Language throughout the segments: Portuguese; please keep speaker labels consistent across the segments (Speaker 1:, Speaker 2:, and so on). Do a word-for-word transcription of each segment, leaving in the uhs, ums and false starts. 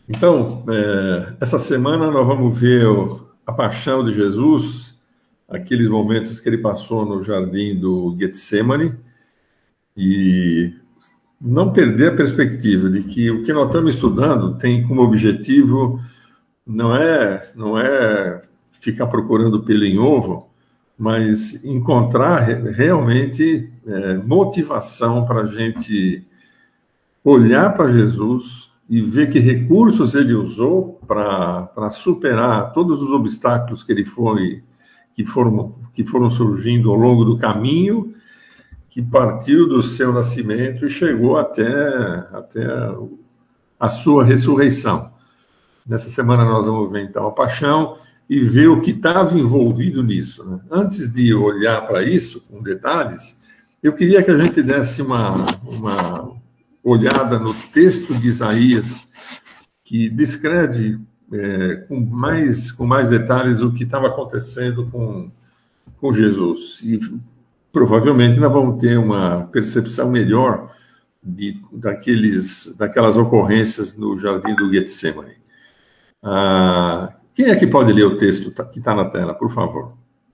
Speaker 1: Então, é, essa semana nós vamos ver o- a paixão de Jesus, aqueles momentos que ele passou no jardim do Getsemane, e não perder a perspectiva de que o que nós estamos estudando tem como objetivo não é, não é ficar procurando pelo em ovo, mas encontrar re- realmente é, motivação para a gente olhar para Jesus e ver que recursos ele usou para superar todos os obstáculos que ele foi que foram que foram surgindo ao longo do caminho, que partiu do seu nascimento e chegou até até a sua ressurreição. Nessa semana nós vamos ver então a paixão e ver o que estava envolvido nisso, né? Antes de olhar para isso com detalhes, eu queria que a gente desse uma, uma olhada no texto de Isaías, que descreve é, com, mais, com mais detalhes o que estava acontecendo com, com Jesus. E provavelmente nós vamos ter uma percepção melhor de, daqueles, daquelas ocorrências no jardim do Getsemane. Ah, quem é que pode ler o texto que está na tela, por favor?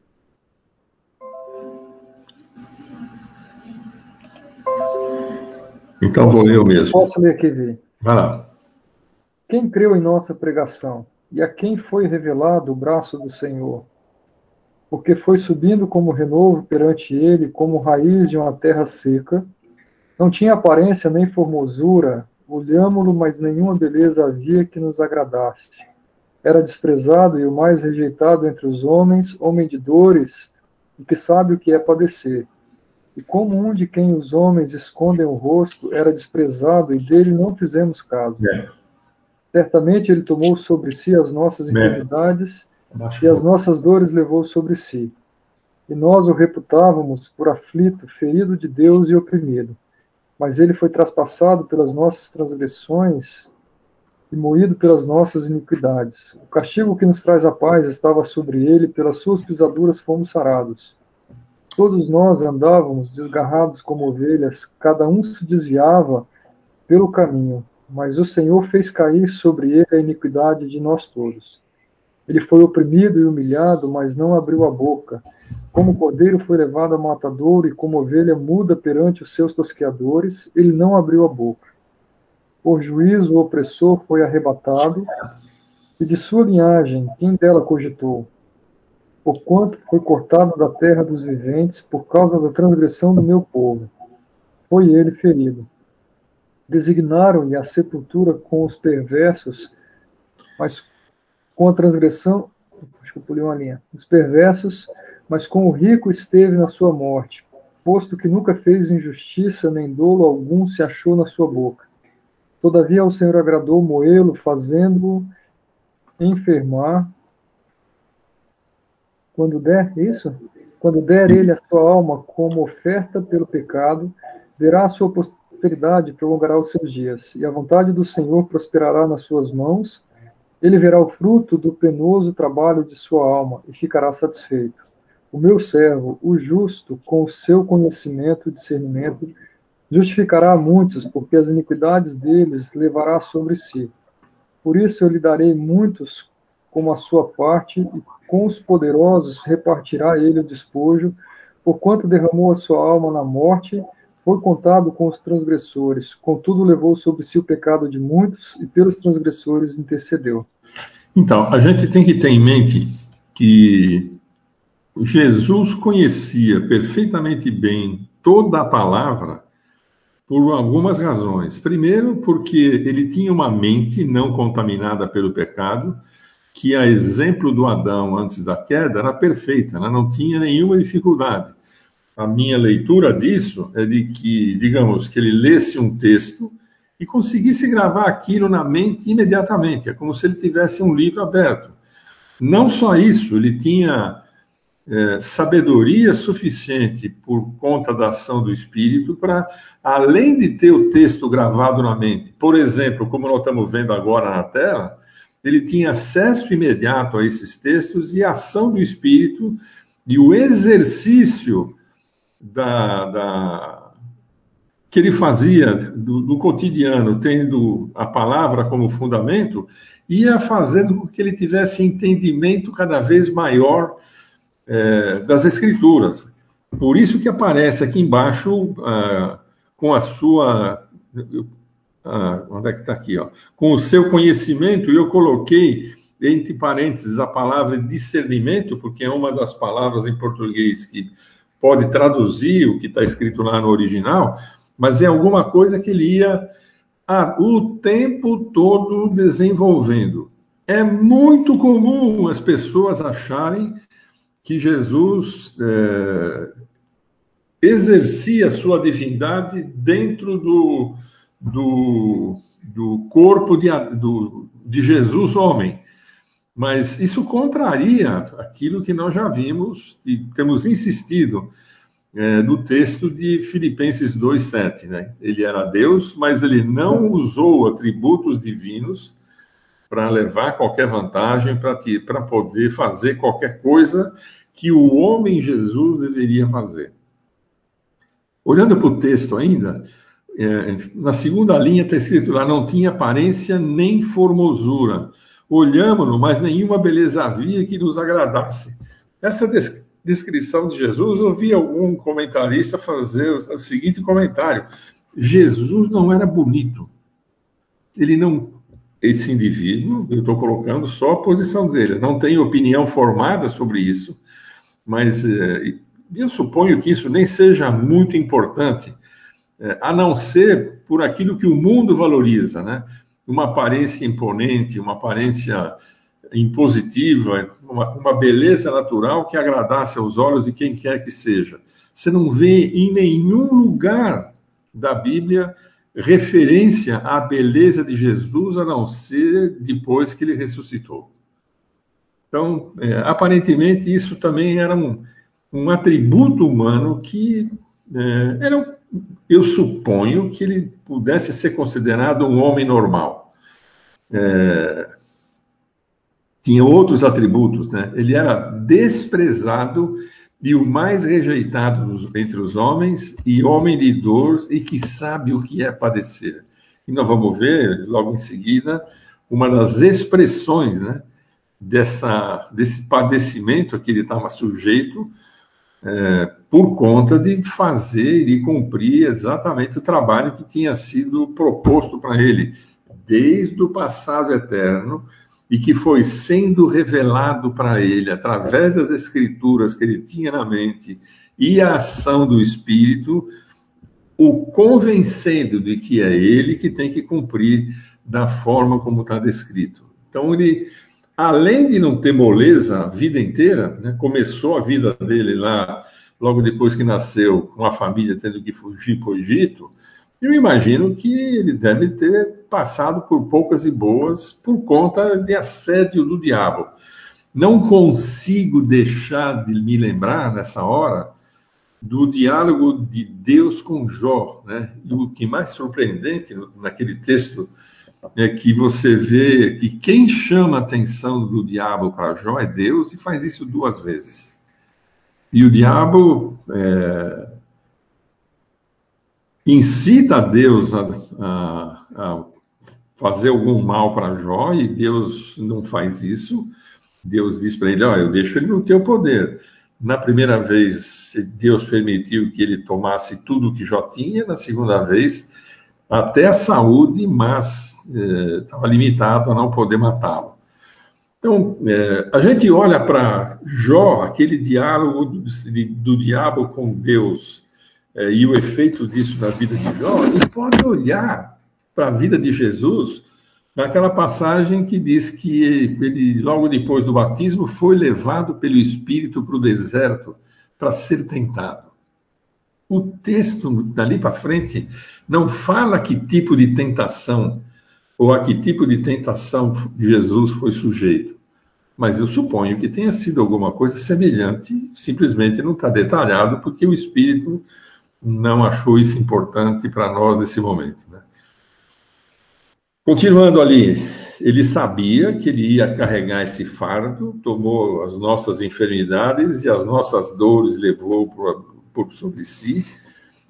Speaker 1: Então vou ler eu
Speaker 2: Posso,
Speaker 1: mesmo.
Speaker 2: posso ler aqui, Vi.
Speaker 1: Vai lá.
Speaker 2: Quem creu em nossa pregação e a quem foi revelado o braço do Senhor? Porque foi subindo como renovo perante ele, como raiz de uma terra seca. Não tinha aparência nem formosura, olhámo-lo, mas nenhuma beleza havia que nos agradasse. Era desprezado e o mais rejeitado entre os homens, homem de dores, e que sabe o que é padecer. E como um de quem os homens escondem o rosto, era desprezado e dele não fizemos caso.
Speaker 1: É,
Speaker 2: Certamente ele tomou sobre si as nossas
Speaker 1: é,
Speaker 2: enfermidades
Speaker 1: abaixa
Speaker 2: e
Speaker 1: um
Speaker 2: as
Speaker 1: pouco.
Speaker 2: nossas dores levou sobre si. E nós o reputávamos por aflito, ferido de Deus e oprimido. Mas ele foi traspassado pelas nossas transgressões e moído pelas nossas iniquidades. O castigo que nos traz a paz estava sobre ele, pelas suas pisaduras fomos sarados. Todos nós andávamos desgarrados como ovelhas, cada um se desviava pelo caminho, mas o Senhor fez cair sobre ele a iniquidade de nós todos. Ele foi oprimido e humilhado, mas não abriu a boca. Como cordeiro foi levado ao matadouro, e como ovelha muda perante os seus tosqueadores, ele não abriu a boca. Por juízo o opressor foi arrebatado, e de sua linhagem, quem dela cogitou? Porquanto foi cortado da terra dos viventes, por causa da transgressão do meu povo. Foi ele ferido. Designaram-lhe a sepultura com os perversos, mas com a transgressão, acho que eu pulei uma linha, os perversos, mas com o rico esteve na sua morte, posto que nunca fez injustiça, nem dolo algum se achou na sua boca. Todavia ao Senhor agradou moê-lo, fazendo-o enfermar, quando der, isso? Quando der ele a sua alma como oferta pelo pecado, verá a sua posteridade e prolongará os seus dias, e a vontade do Senhor prosperará nas suas mãos. Ele verá o fruto do penoso trabalho de sua alma e ficará satisfeito. O meu servo, o justo, com o seu conhecimento e discernimento, justificará a muitos, porque as iniquidades deles levará sobre si. Por isso eu lhe darei muitos como a sua parte, e com os poderosos repartirá ele o despojo, porquanto derramou a sua alma na morte, foi contado com os transgressores, contudo levou sobre si o pecado de muitos, e pelos transgressores intercedeu.
Speaker 1: Então, a gente tem que ter em mente que Jesus conhecia perfeitamente bem toda a palavra por algumas razões. Primeiro, porque ele tinha uma mente não contaminada pelo pecado, que, a exemplo do Adão antes da queda, era perfeita, ela não tinha nenhuma dificuldade. A minha leitura disso é de que, digamos, que ele lesse um texto e conseguisse gravar aquilo na mente imediatamente. É como se ele tivesse um livro aberto. Não só isso, ele tinha é, sabedoria suficiente por conta da ação do Espírito para, além de ter o texto gravado na mente, por exemplo, como nós estamos vendo agora na tela, ele tinha acesso imediato a esses textos e a ação do Espírito e o exercício da, da que ele fazia do, do cotidiano, tendo a palavra como fundamento, ia fazendo com que ele tivesse entendimento cada vez maior é, das Escrituras. Por isso que aparece aqui embaixo, ah, com a sua... Ah, onde é que está aqui? Ó? Com o seu conhecimento, eu coloquei entre parênteses a palavra discernimento, porque é uma das palavras em português que pode traduzir o que está escrito lá no original, mas é alguma coisa que ele ia ah, o tempo todo desenvolvendo. É muito comum as pessoas acharem que Jesus é, exercia sua divindade dentro do, do, do corpo de, do, de Jesus homem. Mas isso contraria aquilo que nós já vimos e temos insistido é, no texto de Filipenses dois, sete. Né? Ele era Deus, mas ele não usou atributos divinos para levar qualquer vantagem, para poder fazer qualquer coisa que o homem Jesus deveria fazer. Olhando para o texto ainda, é, na segunda linha está escrito lá, não tinha aparência nem formosura. Olhamos-no, mas nenhuma beleza havia que nos agradasse. Essa des- descrição de Jesus, eu vi algum comentarista fazer o, o seguinte comentário: Jesus não era bonito. Ele não, esse indivíduo, eu estou colocando só a posição dele, não tenho opinião formada sobre isso, mas é, eu suponho que isso nem seja muito importante, é, a não ser por aquilo que o mundo valoriza, né? Uma aparência imponente, uma aparência impositiva, uma, uma beleza natural que agradasse aos olhos de quem quer que seja. Você não vê em nenhum lugar da Bíblia referência à beleza de Jesus, a não ser depois que ele ressuscitou. Então, é, aparentemente, isso também era um, um atributo humano que é, era, eu suponho que ele pudesse ser considerado um homem normal. É, tinha outros atributos, né? Ele era desprezado e o mais rejeitado dos, entre os homens, e homem de dor e que sabe o que é padecer. E nós vamos ver, logo em seguida, uma das expressões, né, dessa, desse padecimento a que ele estava sujeito, é, por conta de fazer e cumprir exatamente o trabalho que tinha sido proposto para ele, desde o passado eterno, e que foi sendo revelado para ele através das escrituras que ele tinha na mente e a ação do Espírito, o convencendo de que é ele que tem que cumprir da forma como está descrito. Então, ele, além de não ter moleza a vida inteira, né, começou a vida dele lá, logo depois que nasceu, com a família tendo que fugir para o Egito, eu imagino que ele deve ter passado por poucas e boas por conta de assédio do diabo. Não consigo deixar de me lembrar, nessa hora, do diálogo de Deus com Jó, né? E o que mais surpreendente naquele texto é que você vê que quem chama a atenção do diabo para Jó é Deus, e faz isso duas vezes. E o diabo é, incita a Deus a, a, a fazer algum mal para Jó, e Deus não faz isso. Deus diz para ele, ó, eu deixo ele no teu poder. Na primeira vez, Deus permitiu que ele tomasse tudo o que Jó tinha. Na segunda vez, até a saúde, mas estava eh, limitado a não poder matá-lo. Então, eh, a gente olha para Jó, aquele diálogo do, de, do diabo com Deus, eh, e o efeito disso na vida de Jó, e pode olhar para a vida de Jesus, naquela passagem que diz que ele, logo depois do batismo, foi levado pelo Espírito para o deserto para ser tentado. O texto, dali para frente, não fala que tipo de tentação ou a que tipo de tentação Jesus foi sujeito. Mas eu suponho que tenha sido alguma coisa semelhante, simplesmente não está detalhado, porque o Espírito não achou isso importante para nós nesse momento, né? Continuando ali, ele sabia que ele ia carregar esse fardo, tomou as nossas enfermidades e as nossas dores levou por, por sobre si,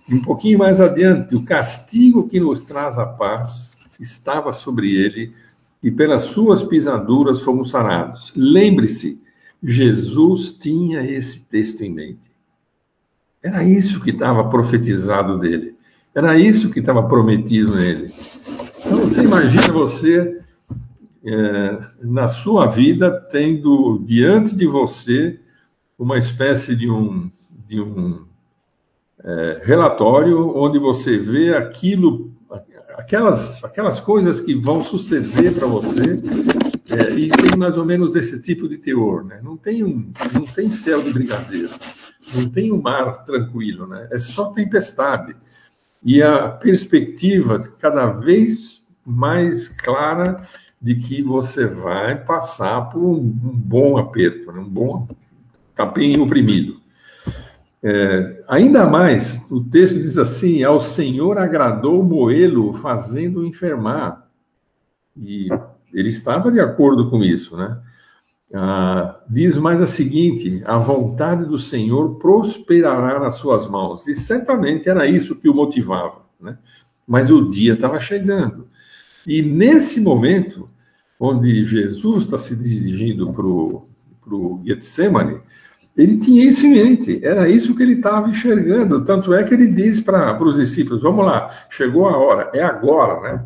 Speaker 1: Um pouquinho mais adiante, o castigo que nos traz a paz estava sobre ele, e pelas suas pisaduras fomos sarados. Lembre-se, Jesus tinha esse texto em mente. Era isso que estava profetizado dele. Era isso que estava prometido nele. Então, você imagina você, é, na sua vida, tendo diante de você uma espécie de um, de um é, relatório onde você vê aquilo, aquelas, aquelas coisas que vão suceder para você, é, e tem mais ou menos esse tipo de teor, né? Não tem um, não tem céu de brigadeiro, não tem um mar tranquilo, né? É só tempestade. E a perspectiva cada vez mais clara de que você vai passar por um, um bom aperto, né? Um bom capim oprimido. É, ainda mais, o texto diz assim: ao Senhor agradou moê-lo, fazendo-o enfermar. E ele estava de acordo com isso, né? Ah, diz mais a seguinte: a vontade do Senhor prosperará nas suas mãos. E certamente era isso que o motivava, né? Mas o dia estava chegando. E nesse momento, onde Jesus está se dirigindo para o Getsemane, ele tinha isso em mente, era isso que ele estava enxergando. Tanto é que ele diz para os discípulos: vamos lá, chegou a hora, é agora, né?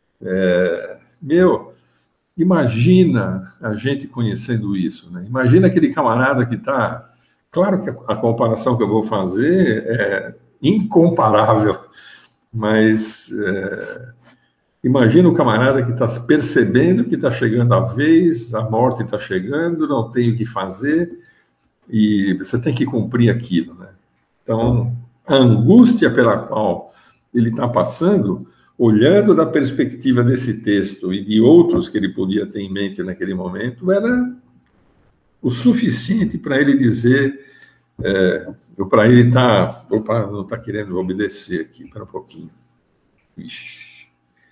Speaker 1: É, meu, imagina a gente conhecendo isso, né? Imagina aquele camarada que está. Claro que a comparação que eu vou fazer é incomparável, mas é, imagina o camarada que está percebendo que está chegando a vez, a morte está chegando, não tem o que fazer, e você tem que cumprir aquilo, né? Então, a angústia pela qual ele está passando, olhando da perspectiva desse texto e de outros que ele podia ter em mente naquele momento, era o suficiente para ele dizer, é, para ele estar, tá, opa, não está querendo obedecer aqui, espera um pouquinho. Ixi.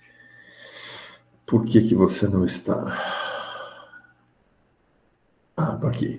Speaker 1: Por que que você não está? Ah, está aqui.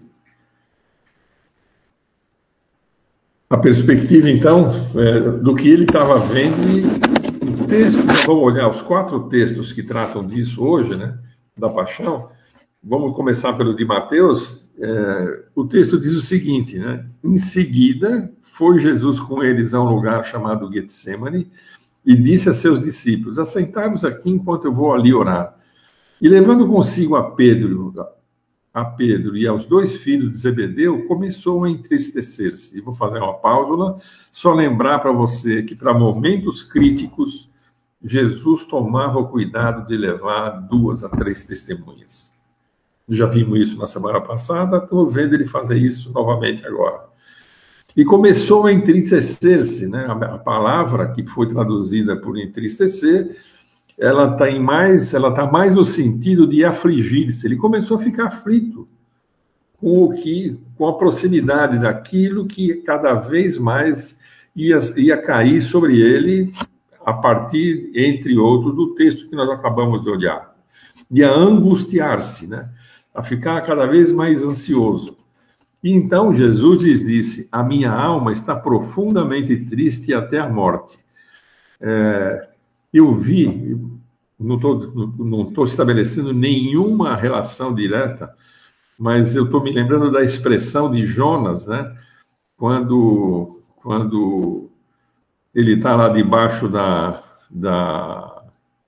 Speaker 1: A perspectiva, então, é, do que ele estava vendo, e o texto, vamos olhar os quatro textos que tratam disso hoje, né, da paixão. Vamos começar pelo de Mateus. É, o texto diz o seguinte, né, em seguida, foi Jesus com eles a um lugar chamado Getsemane e disse a seus discípulos: assentai-vos aqui enquanto eu vou ali orar. E levando consigo a Pedro, a Pedro e aos dois filhos de Zebedeu, começou a entristecer-se. E vou fazer uma pausa, só lembrar para você que para momentos críticos, Jesus tomava o cuidado de levar duas a três testemunhas. Já vimos isso na semana passada, estou vendo ele fazer isso novamente agora. E começou a entristecer-se, né? A palavra que foi traduzida por entristecer, ela está em mais, ela está mais no sentido de afligir-se. Ele começou a ficar aflito com o que, com a proximidade daquilo que cada vez mais ia, ia cair sobre ele, a partir, entre outros, do texto que nós acabamos de olhar, de angustiar-se, né? A ficar cada vez mais ansioso. E então Jesus lhes disse: a minha alma está profundamente triste até a morte. É, eu vi, não estou não estou estabelecendo nenhuma relação direta, mas eu estou me lembrando da expressão de Jonas, né? Quando, quando ele está lá debaixo da, da,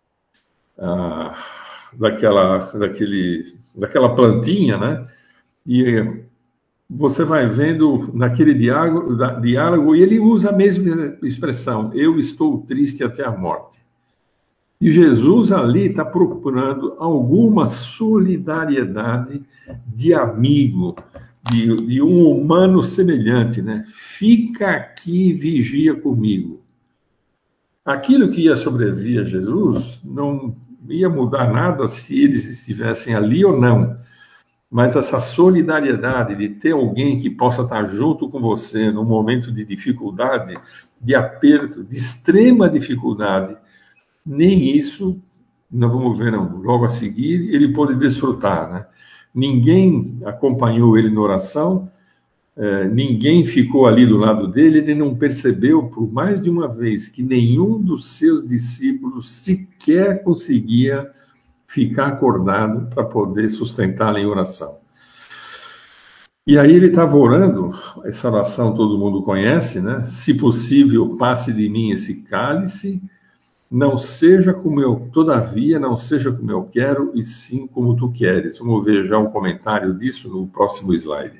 Speaker 1: a, daquela, daquele, daquela plantinha, né? E você vai vendo naquele diálogo, diálogo, e ele usa a mesma expressão: eu estou triste até a morte. E Jesus ali está procurando alguma solidariedade de amigo, de, de um humano semelhante, né? Fica aqui e vigia comigo. Aquilo que ia sobreviver a Jesus não ia mudar nada se eles estivessem ali ou não. Mas essa solidariedade de ter alguém que possa estar junto com você num momento de dificuldade, de aperto, de extrema dificuldade, nem isso, nós vamos ver não, logo a seguir, ele pôde desfrutar, né? Ninguém acompanhou ele na oração, é, ninguém ficou ali do lado dele, ele não percebeu por mais de uma vez que nenhum dos seus discípulos sequer conseguia ficar acordado para poder sustentá-lo em oração. E aí ele estava orando, essa oração todo mundo conhece, né? Se possível, passe de mim esse cálice, não seja como eu, todavia, não seja como eu quero, e sim como tu queres. Vamos ver já um comentário disso no próximo slide.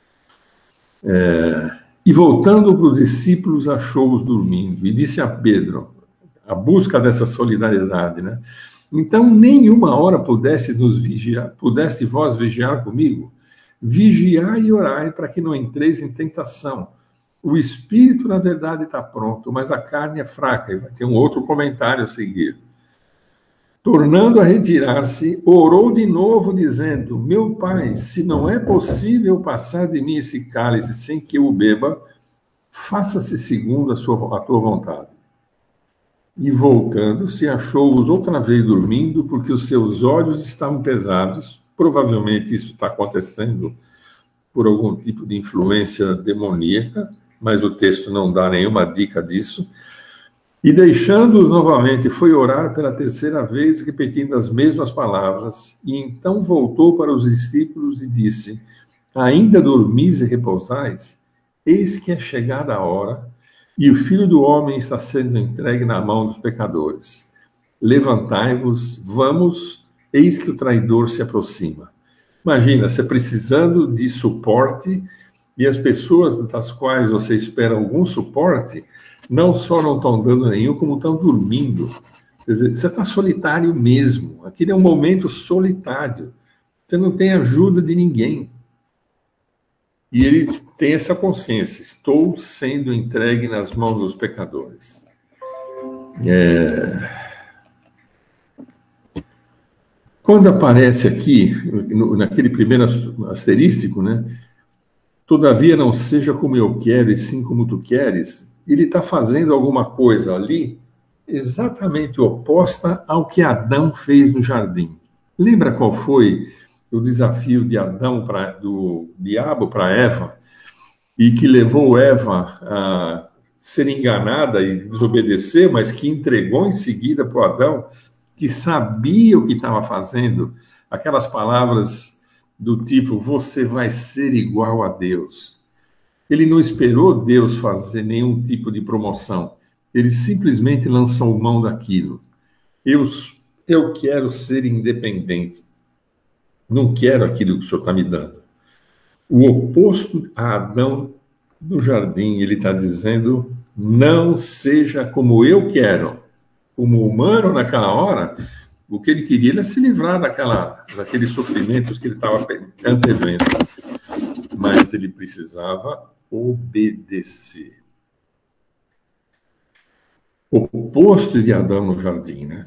Speaker 1: É, e voltando para os discípulos, achou-os dormindo, e disse a Pedro, a busca dessa solidariedade, né? Então, nenhuma hora pudesse nos vigiar, pudeste vós vigiar comigo? Vigiai e orai para que não entreis em tentação. O espírito, na verdade, está pronto, mas a carne é fraca. E vai ter um outro comentário a seguir. Tornando a retirar-se, orou de novo, dizendo, meu pai, se não é possível passar de mim esse cálice sem que eu o beba, faça-se segundo a, sua, a tua vontade. E voltando-se, achou-os outra vez dormindo, porque os seus olhos estavam pesados. Provavelmente isso está acontecendo por algum tipo de influência demoníaca, mas o texto não dá nenhuma dica disso. E deixando-os novamente, foi orar pela terceira vez, repetindo as mesmas palavras. E então voltou para os discípulos e disse, ainda dormis e repousais? Eis que é chegada a hora, e o Filho do Homem está sendo entregue na mão dos pecadores. Levantai-vos, vamos, eis que o traidor se aproxima. Imagina, você precisando de suporte e as pessoas das quais você espera algum suporte não só não estão dando nenhum, como estão dormindo. Quer dizer, você está solitário mesmo. Aquele é um momento solitário. Você não tem ajuda de ninguém. E ele tem essa consciência. Estou sendo entregue nas mãos dos pecadores. É... Quando aparece aqui, no, naquele primeiro asterístico, né? Todavia não seja como eu quero, e sim como tu queres, ele está fazendo alguma coisa ali exatamente oposta ao que Adão fez no jardim. Lembra qual foi o desafio de Adão, pra, do diabo para Eva, e que levou Eva a ser enganada e desobedecer, mas que entregou em seguida para o Adão, que sabia o que estava fazendo, aquelas palavras do tipo, você vai ser igual a Deus. Ele não esperou Deus fazer nenhum tipo de promoção. Ele simplesmente lançou mão daquilo. Eu, eu quero ser independente. Não quero aquilo que o Senhor está me dando. O oposto a Adão no jardim, ele está dizendo, não seja como eu quero. Como humano, naquela hora, o que ele queria era se livrar daquela, daqueles sofrimentos que ele estava antevendo. Mas ele precisava obedecer. O oposto de Adão no jardim, né?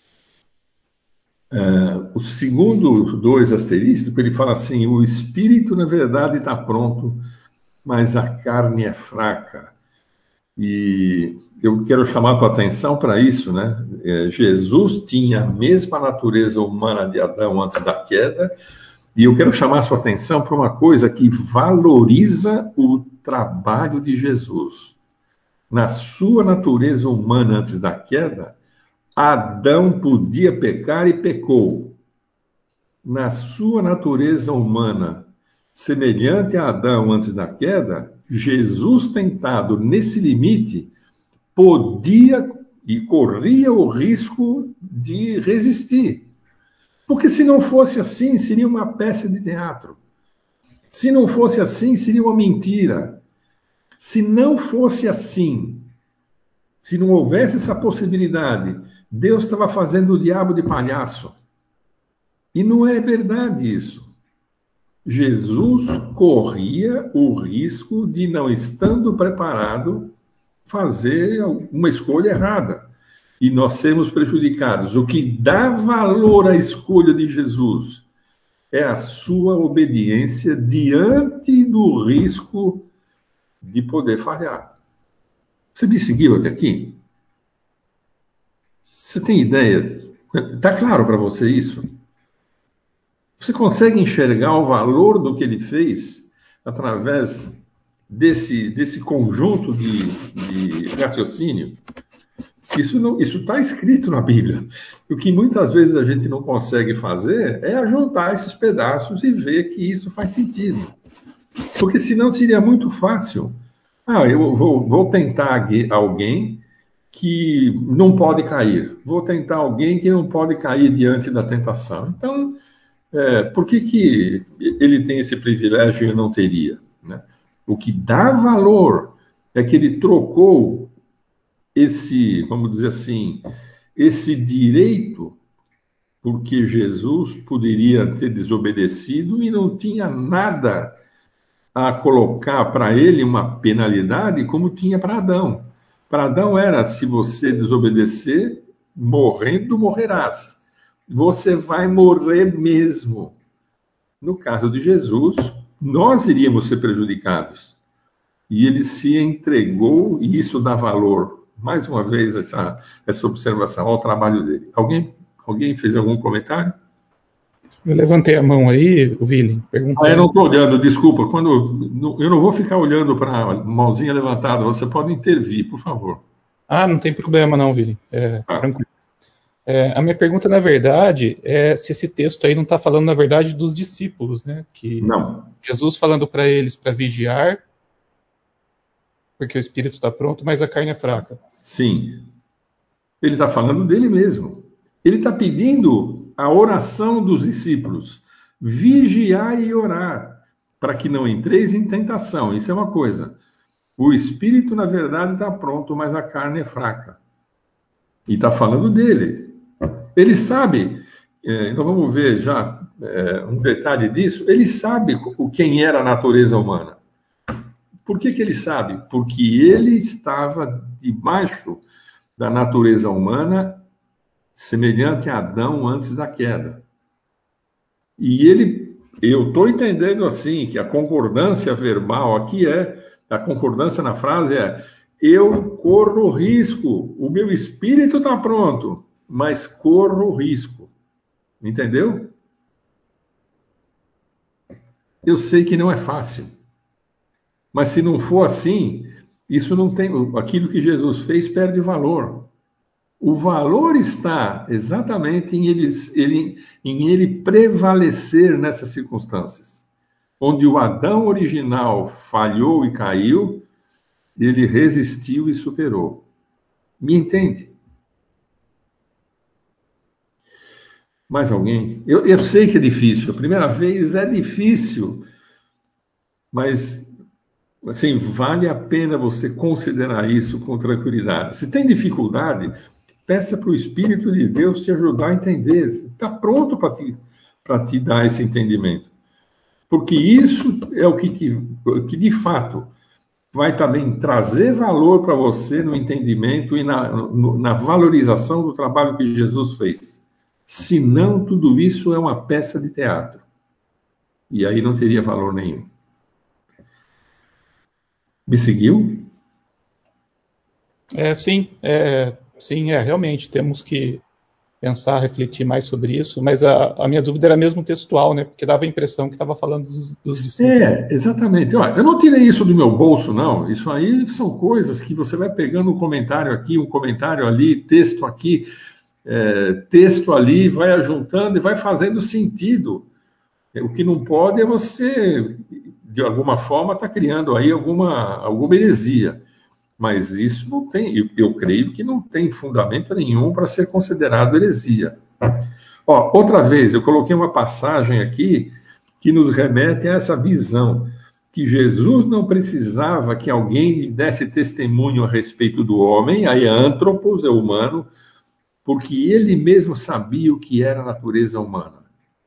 Speaker 1: Uh, o segundo dois asterístico, ele fala assim, o espírito, na verdade, está pronto, mas a carne é fraca. E eu quero chamar a tua atenção para isso, né? É, Jesus tinha a mesma natureza humana de Adão antes da queda, e eu quero chamar a sua atenção para uma coisa que valoriza o trabalho de Jesus. Na sua natureza humana antes da queda, Adão podia pecar e pecou. Na sua natureza humana, semelhante a Adão antes da queda, Jesus, tentado nesse limite, podia e corria o risco de resistir. Porque se não fosse assim, seria uma peça de teatro. Se não fosse assim, seria uma mentira. Se não fosse assim, se não houvesse essa possibilidade, Deus estava fazendo o diabo de palhaço. E não é verdade isso. Jesus corria o risco de, não estando preparado, fazer uma escolha errada. E nós sermos prejudicados. O que dá valor à escolha de Jesus é a sua obediência diante do risco de poder falhar. Você me seguiu até aqui? Você tem ideia? Está claro para você isso? Você consegue enxergar o valor do que ele fez através desse, desse conjunto de, de raciocínio. Isso não, isso está escrito na Bíblia. O que muitas vezes a gente não consegue fazer é juntar esses pedaços e ver que isso faz sentido. Porque senão seria muito fácil. Ah, eu vou, vou tentar alguém que não pode cair. Vou tentar alguém que não pode cair diante da tentação. Então, é, por que, que ele tem esse privilégio e eu não teria? Né? O que dá valor é que ele trocou esse, vamos dizer assim, esse direito, porque Jesus poderia ter desobedecido e não tinha nada a colocar para ele uma penalidade como tinha para Adão. Para Adão era, se você desobedecer, morrendo morrerás. Você vai morrer mesmo. No caso de Jesus, nós iríamos ser prejudicados. E ele se entregou, e isso dá valor. Mais uma vez, essa, essa observação ao trabalho dele. Alguém, alguém fez algum comentário?
Speaker 3: Eu levantei a mão aí, o William, perguntando.
Speaker 1: Ah, eu não estou olhando, desculpa. Quando, eu não vou ficar olhando para a mãozinha levantada. Você pode intervir, por favor.
Speaker 3: Ah, não tem problema não, William. É, ah. Tranquilo. É, a minha pergunta, na verdade, é se esse texto aí não está falando, na verdade, dos discípulos, né? Que
Speaker 1: não.
Speaker 3: Jesus falando para eles para vigiar, porque o espírito está pronto, mas a carne é fraca.
Speaker 1: Sim. Ele está falando dele mesmo. Ele está pedindo a oração dos discípulos. Vigiar e orar, para que não entreis em tentação. Isso é uma coisa. O espírito, na verdade, está pronto, mas a carne é fraca. E está falando dele. Ele sabe, é, nós vamos ver já é, um detalhe disso, ele sabe o, quem era a natureza humana. Por que, que ele sabe? Porque ele estava debaixo da natureza humana, semelhante a Adão antes da queda. E ele, eu estou entendendo assim, que a concordância verbal aqui é, a concordância na frase é, eu corro risco, o meu espírito está pronto, mas corro risco. Entendeu? Eu sei que não é fácil. Mas se não for assim, isso não tem, aquilo que Jesus fez perde valor. O valor está exatamente em ele, ele, em ele prevalecer nessas circunstâncias. Onde o Adão original falhou e caiu, ele resistiu e superou. Me entende? Mais alguém? Eu, eu sei que é difícil. A primeira vez é difícil. Mas, assim, vale a pena você considerar isso com tranquilidade. Se tem dificuldade, peça para o Espírito de Deus te ajudar a entender. Está pronto para te, para te dar esse entendimento. Porque isso é o que, te, que de fato, vai também trazer valor para você no entendimento e na, no, na valorização do trabalho que Jesus fez. Senão, tudo isso é uma peça de teatro. E aí não teria valor nenhum. Me seguiu?
Speaker 3: É, sim, é, sim, é, realmente, temos que pensar, refletir mais sobre isso, mas a, a minha dúvida era mesmo textual, né, porque dava a impressão que estava falando dos, dos discípulos.
Speaker 1: É, exatamente. Olha, eu não tirei isso do meu bolso, não. Isso aí são coisas que você vai pegando um comentário aqui, um comentário ali, texto aqui, é, texto ali, vai ajuntando e vai fazendo sentido. O que não pode é você, de alguma forma, estar tá criando aí alguma, alguma heresia. Mas isso não tem, eu, eu creio que não tem fundamento nenhum para ser considerado heresia. Ó, outra vez, eu coloquei uma passagem aqui que nos remete a essa visão, que Jesus não precisava que alguém lhe desse testemunho a respeito do homem, aí é antropos, é humano, porque ele mesmo sabia o que era a natureza humana.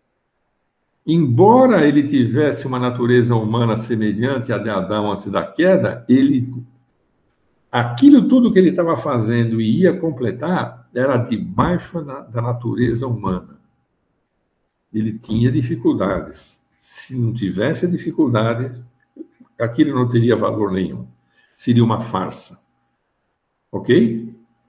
Speaker 1: Embora ele tivesse uma natureza humana semelhante à de Adão antes da queda, ele, aquilo tudo que ele estava fazendo e ia completar era debaixo da, da natureza humana. Ele tinha dificuldades. Se não tivesse dificuldade, aquilo não teria valor nenhum. Seria uma farsa. Ok?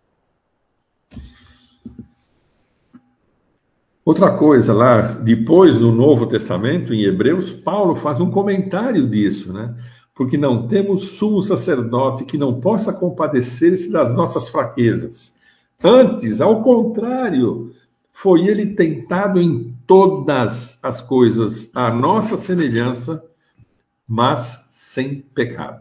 Speaker 1: Outra coisa lá, depois no Novo Testamento, em Hebreus, Paulo faz um comentário disso, né? porque não temos sumo sacerdote que não possa compadecer-se das nossas fraquezas. Antes, ao contrário, foi ele tentado em todas as coisas, à nossa semelhança, mas sem pecado.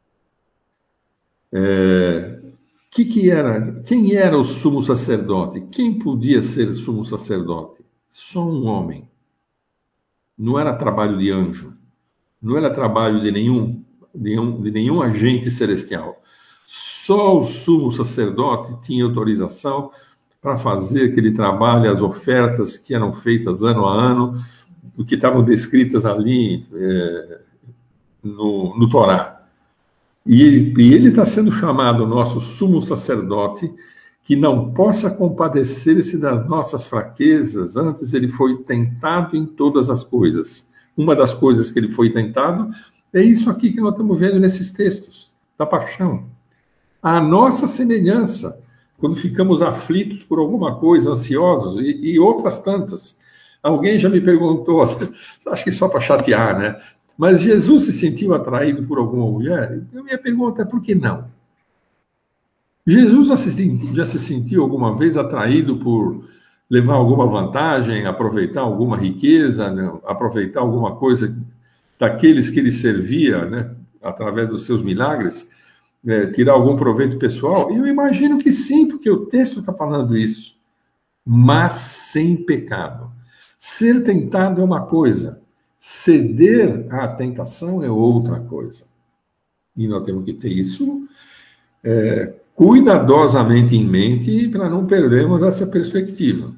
Speaker 1: É, que que era, quem era o sumo sacerdote? Quem podia ser sumo sacerdote? Só um homem. Não era trabalho de anjo. Não era trabalho de nenhum, de nenhum, de nenhum agente celestial. Só o sumo sacerdote tinha autorização para fazer aquele trabalho, as ofertas que eram feitas ano a ano, o que estavam descritas ali é, no, no Torá. E ele está sendo chamado nosso sumo sacerdote, que não possa compadecer-se das nossas fraquezas, antes ele foi tentado em todas as coisas. Uma das coisas que ele foi tentado é isso aqui que nós estamos vendo nesses textos, da paixão. A nossa semelhança, quando ficamos aflitos por alguma coisa, ansiosos, e, e outras tantas. Alguém já me perguntou, acho que só para chatear, né? Mas Jesus se sentiu atraído por alguma mulher? A minha pergunta é, por que não? Jesus já se, já se sentiu alguma vez atraído por levar alguma vantagem, aproveitar alguma riqueza, né? Aproveitar alguma coisa daqueles que ele servia, né? Através dos seus milagres? É, tirar algum proveito pessoal? Eu imagino que sim, porque o texto está falando isso. Mas sem pecado. Ser tentado é uma coisa, ceder à tentação é outra coisa. E nós temos que ter isso é, cuidadosamente em mente para não perdermos essa perspectiva.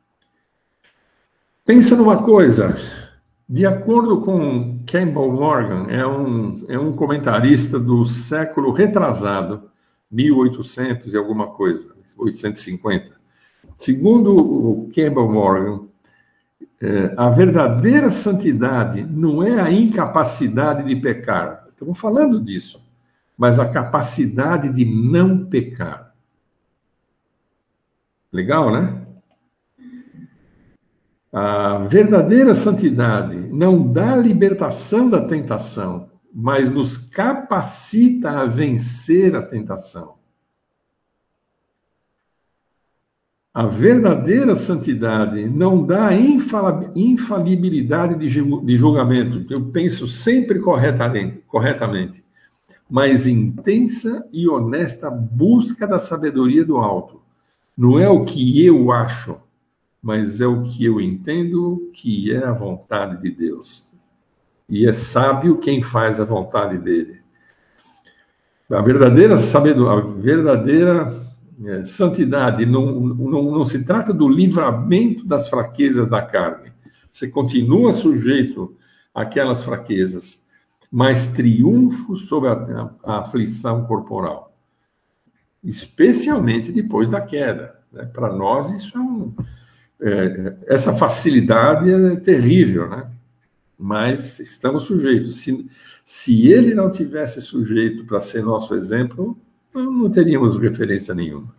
Speaker 1: Pensa numa coisa, de acordo com Campbell Morgan, é um, é um comentarista do século retrasado, mil e oitocentos e alguma coisa, oitocentos e cinquenta. Segundo o Campbell Morgan, é, a verdadeira santidade não é a incapacidade de pecar. Estamos falando disso. Mas a capacidade de não pecar. Legal, né? A verdadeira santidade não dá libertação da tentação, mas nos capacita a vencer a tentação. A verdadeira santidade não dá infalibilidade de julgamento. Eu penso sempre corretamente, corretamente, mas intensa e honesta busca da sabedoria do alto. Não é o que eu acho, mas é o que eu entendo que é a vontade de Deus. E é sábio quem faz a vontade dele. A verdadeira sabedoria, a verdadeira é, santidade não, não, não se trata do livramento das fraquezas da carne. Você continua sujeito àquelas fraquezas, mas triunfo sobre a, a, a aflição corporal. Especialmente depois da queda. Né? Para nós, isso é um... É, essa facilidade é terrível, né? Mas estamos sujeitos. Se, se ele não tivesse sujeito para ser nosso exemplo, não teríamos referência nenhuma.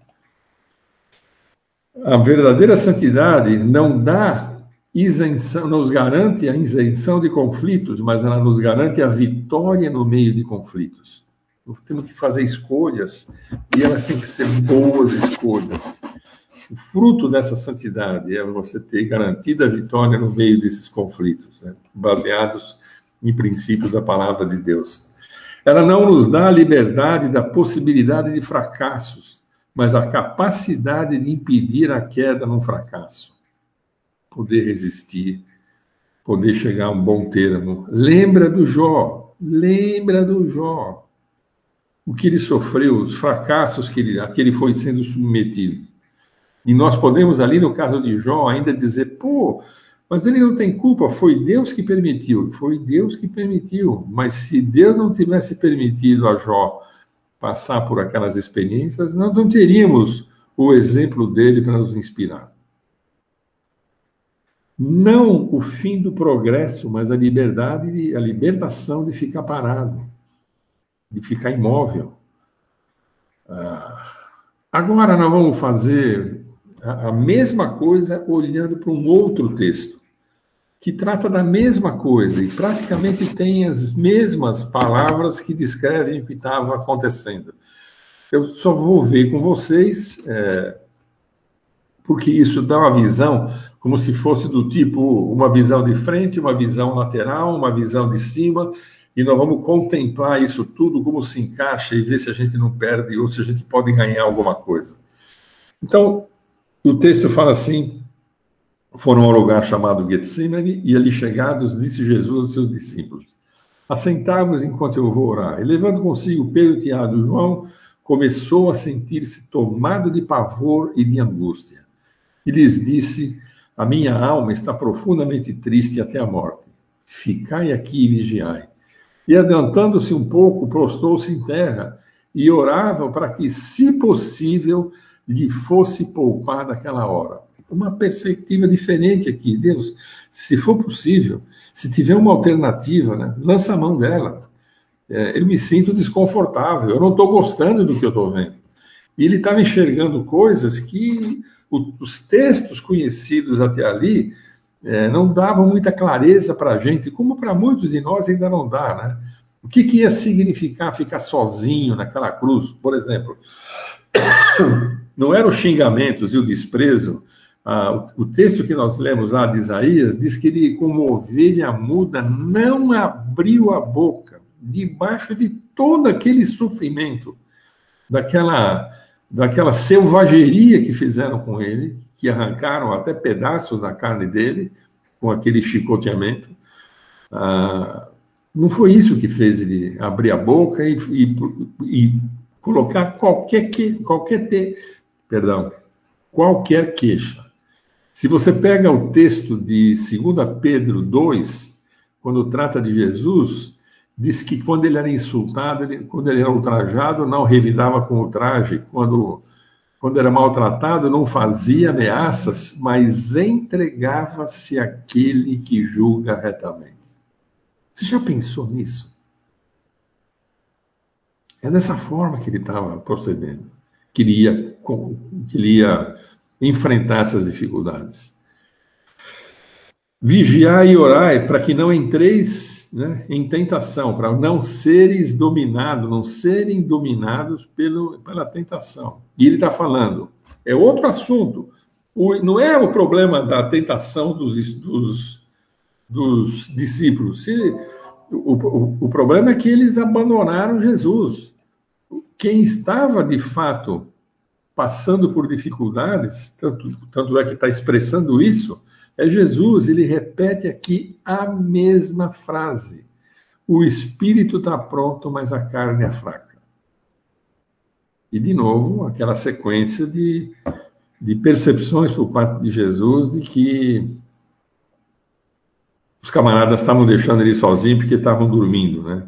Speaker 1: A verdadeira santidade não dá isenção, nos garante a isenção de conflitos, mas ela nos garante a vitória no meio de conflitos. Temos que fazer escolhas e elas têm que ser boas escolhas. O fruto dessa santidade é você ter garantida a vitória no meio desses conflitos, né? Baseados em princípios da palavra de Deus. Ela não nos dá a liberdade da possibilidade de fracassos, mas a capacidade de impedir a queda num fracasso. Poder resistir, poder chegar a um bom termo. Lembra do Jó, lembra do Jó. O que ele sofreu, os fracassos que ele, a que ele foi sendo submetido. E nós podemos ali, no caso de Jó, ainda dizer, pô, mas ele não tem culpa, foi Deus que permitiu. Foi Deus que permitiu. Mas se Deus não tivesse permitido a Jó passar por aquelas experiências, nós não teríamos o exemplo dele para nos inspirar. Não o fim do progresso, mas a liberdade, a libertação de ficar parado, de ficar imóvel. Ah, agora nós vamos fazer a mesma coisa olhando para um outro texto. que trata da mesma coisa e praticamente tem as mesmas palavras que descrevem o que estava acontecendo. Eu só vou ver com vocês, é, porque isso dá uma visão como se fosse do tipo uma visão de frente, uma visão lateral, uma visão de cima, e nós vamos contemplar isso tudo, como se encaixa e ver se a gente não perde ou se a gente pode ganhar alguma coisa. Então, o texto fala assim: foram ao lugar chamado Getsemane, e ali chegados, disse Jesus aos seus discípulos: assentai-vos enquanto eu vou orar. E levando consigo Pedro, Tiago e João, começou a sentir-se tomado de pavor e de angústia. E lhes disse: a minha alma está profundamente triste até a morte. Ficai aqui e vigiai. E adiantando-se um pouco, prostrou-se em terra e orava para que, se possível, lhe fosse poupada aquela hora. Uma perspectiva diferente aqui. Deus, se for possível, se tiver uma alternativa, né, lança a mão dela. É, eu me sinto desconfortável, eu não estou gostando do que eu estou vendo. E ele estava enxergando coisas que o, os textos conhecidos até ali é, não davam muita clareza para a gente, como para muitos de nós ainda não dá, né? O que, que ia significar ficar sozinho naquela cruz, por exemplo? Não eram os xingamentos e o desprezo. Ah, o, o texto que nós lemos lá de Isaías diz que ele, como ovelha muda, não abriu a boca debaixo de todo aquele sofrimento, daquela, daquela selvageria que fizeram com ele, que arrancaram até pedaços da carne dele, com aquele chicoteamento. Ah, não foi isso que fez ele abrir a boca e, e, e colocar qualquer, que, qualquer, te, perdão, qualquer queixa. Se você pega o texto de dois Pedro dois, quando trata de Jesus, diz que quando ele era insultado, ele, quando ele era ultrajado, não revidava com ultraje. Quando, quando era maltratado, não fazia ameaças, mas entregava-se àquele que julga retamente. Você já pensou nisso? É dessa forma que ele estava procedendo, que ele ia, que ele ia enfrentar essas dificuldades. Vigiai e orai para que não entreis, né, em tentação, para não seres dominados, não serem dominados pelo, pela tentação. E ele está falando, é outro assunto. O, não é o problema da tentação dos, dos, dos discípulos. Se, o, o, o problema é que eles abandonaram Jesus. Quem estava, de fato, passando por dificuldades, tanto, tanto é que está expressando isso, é Jesus. Ele repete aqui a mesma frase. O espírito está pronto, mas a carne é fraca. E, de novo, aquela sequência de, de percepções por parte de Jesus de que os camaradas estavam deixando ele sozinho porque estavam dormindo, né?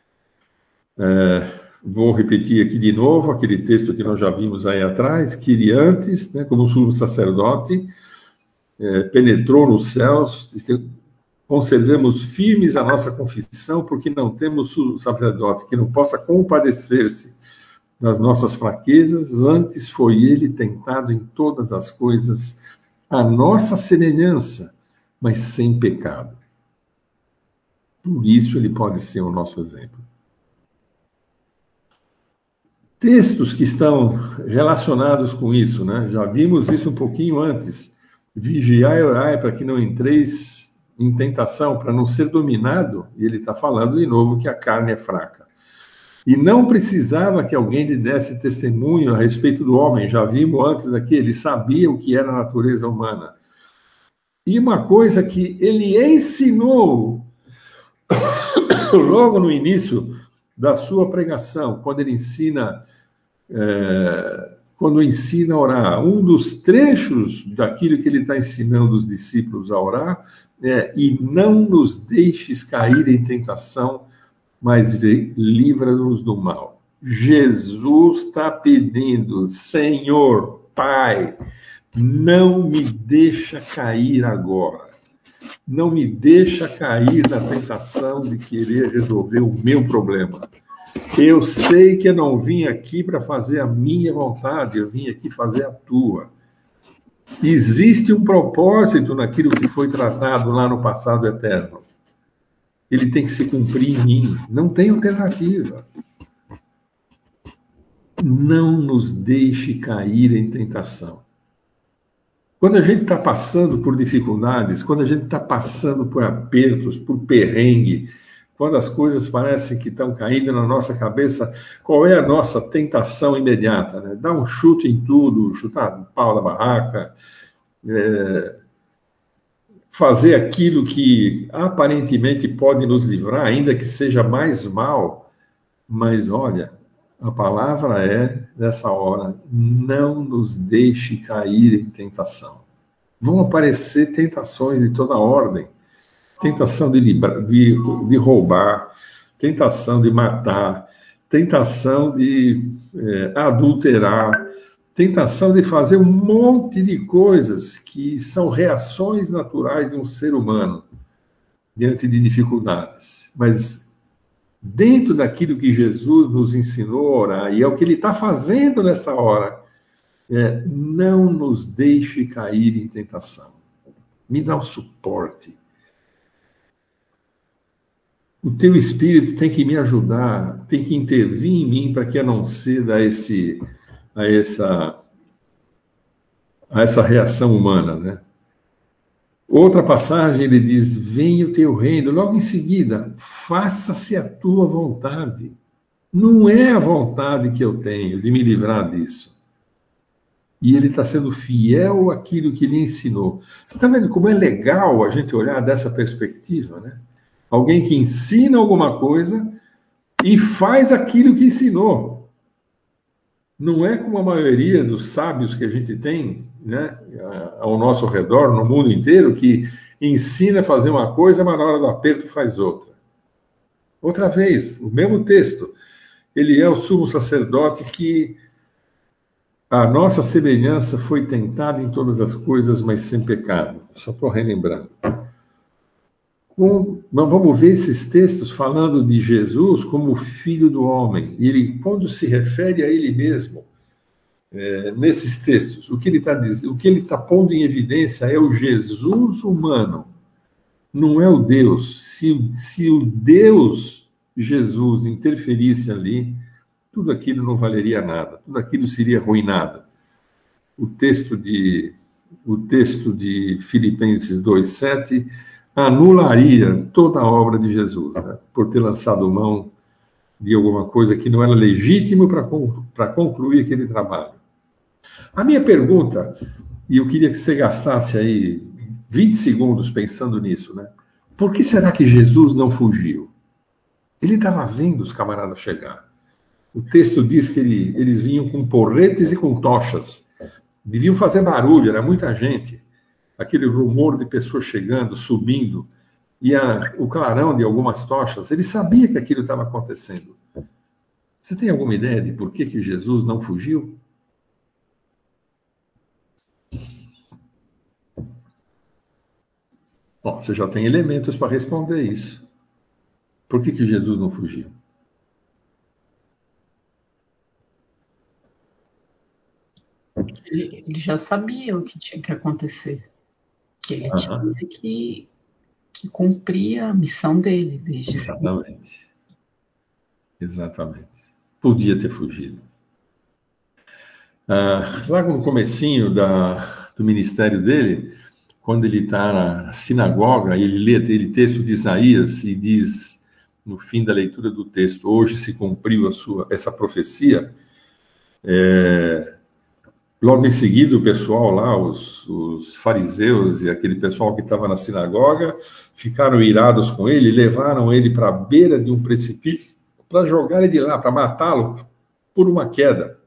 Speaker 1: É, vou repetir aqui de novo aquele texto que nós já vimos aí atrás, que ele antes, né, como sumo sacerdote, é, penetrou nos céus. Conservemos firmes a nossa confissão, porque não temos sumo sacerdote que não possa compadecer-se das nossas fraquezas, antes foi ele tentado em todas as coisas, a nossa semelhança, mas sem pecado. Por isso ele pode ser o nosso exemplo. Textos que estão relacionados com isso, né? Já vimos isso um pouquinho antes. Vigiai e orai para que não entreis em tentação, para não ser dominado. E ele está falando de novo que a carne é fraca. E não precisava que alguém lhe desse testemunho a respeito do homem. Já vimos antes aqui, ele sabia o que era a natureza humana. E uma coisa que ele ensinou logo no início da sua pregação, quando ele ensina, é, quando ensina a orar, um dos trechos daquilo que ele está ensinando os discípulos a orar é: e não nos deixes cair em tentação, mas livra-nos do mal. Jesus está pedindo: Senhor, Pai, não me deixa cair agora. Não me deixa cair na tentação de querer resolver o meu problema. Eu sei que eu não vim aqui para fazer a minha vontade, eu vim aqui fazer a tua. Existe um propósito naquilo que foi tratado lá no passado eterno. Ele tem que se cumprir em mim. Não tem alternativa. Não nos deixe cair em tentação. Quando a gente está passando por dificuldades, quando a gente está passando por apertos, por perrengue, quando as coisas parecem que estão caindo na nossa cabeça, qual é a nossa tentação imediata? Né? Dar um chute em tudo, chutar o pau da barraca, é, fazer aquilo que aparentemente pode nos livrar, ainda que seja mais mal. Mas olha, a palavra é, nessa hora, não nos deixe cair em tentação. Vão aparecer tentações de toda ordem. Tentação de, libra, de, de roubar, tentação de matar, tentação de é, adulterar, tentação de fazer um monte de coisas que são reações naturais de um ser humano diante de dificuldades. Mas dentro daquilo que Jesus nos ensinou a orar, e é o que ele está fazendo nessa hora, é, não nos deixe cair em tentação. Me dá um suporte. O teu Espírito tem que me ajudar, tem que intervir em mim para que eu não ceda a, esse, a, essa, a essa reação humana, né? Outra passagem ele diz, venha o teu reino. Logo em seguida, faça-se a tua vontade. Não é a vontade que eu tenho de me livrar disso. E ele está sendo fiel àquilo que ele ensinou. Você está vendo como é legal a gente olhar dessa perspectiva, né? Alguém que ensina alguma coisa e faz aquilo que ensinou. Não é como a maioria dos sábios que a gente tem, né, ao nosso redor, no mundo inteiro, que ensina a fazer uma coisa, mas na hora do aperto faz outra. Outra vez, o mesmo texto. Ele é o sumo sacerdote que a nossa semelhança foi tentado em todas as coisas, mas sem pecado. Só estou relembrando. Um, nós vamos ver esses textos falando de Jesus como o Filho do Homem. E ele, quando se refere a ele mesmo, é, nesses textos, o que ele está dizendo, o que ele está pondo em evidência é o Jesus humano, não é o Deus. Se, se o Deus Jesus interferisse ali, tudo aquilo não valeria nada, tudo aquilo seria arruinado. O texto de, o texto de Filipenses dois, sete anularia toda a obra de Jesus, né, por ter lançado mão de alguma coisa que não era legítimo para concluir aquele trabalho. A minha pergunta, e eu queria que você gastasse aí vinte segundos pensando nisso, né? Por que será que Jesus não fugiu? Ele estava vendo os camaradas chegar. O texto diz que ele, eles vinham com porretes e com tochas. Deviam fazer barulho, era muita gente. Aquele rumor de pessoas chegando, subindo, e a, o clarão de algumas tochas. Ele sabia que aquilo estava acontecendo. Você tem alguma ideia de por que, que Jesus não fugiu? Bom, você já tem elementos para responder isso. Por que, que Jesus não fugiu?
Speaker 4: Ele, ele já sabia o que tinha que acontecer. Que ele
Speaker 1: Aham.
Speaker 4: tinha que, que cumprir a missão dele desde sempre.
Speaker 1: Exatamente. Exatamente. Podia ter fugido. Ah, lá no comecinho da, do ministério dele, quando ele está na sinagoga, ele lê aquele texto de Isaías e diz, no fim da leitura do texto, hoje se cumpriu a sua, essa profecia. É, logo em seguida, o pessoal lá, os, os fariseus e aquele pessoal que estava na sinagoga, ficaram irados com ele, levaram ele para a beira de um precipício para jogar ele de lá, para matá-lo por uma queda.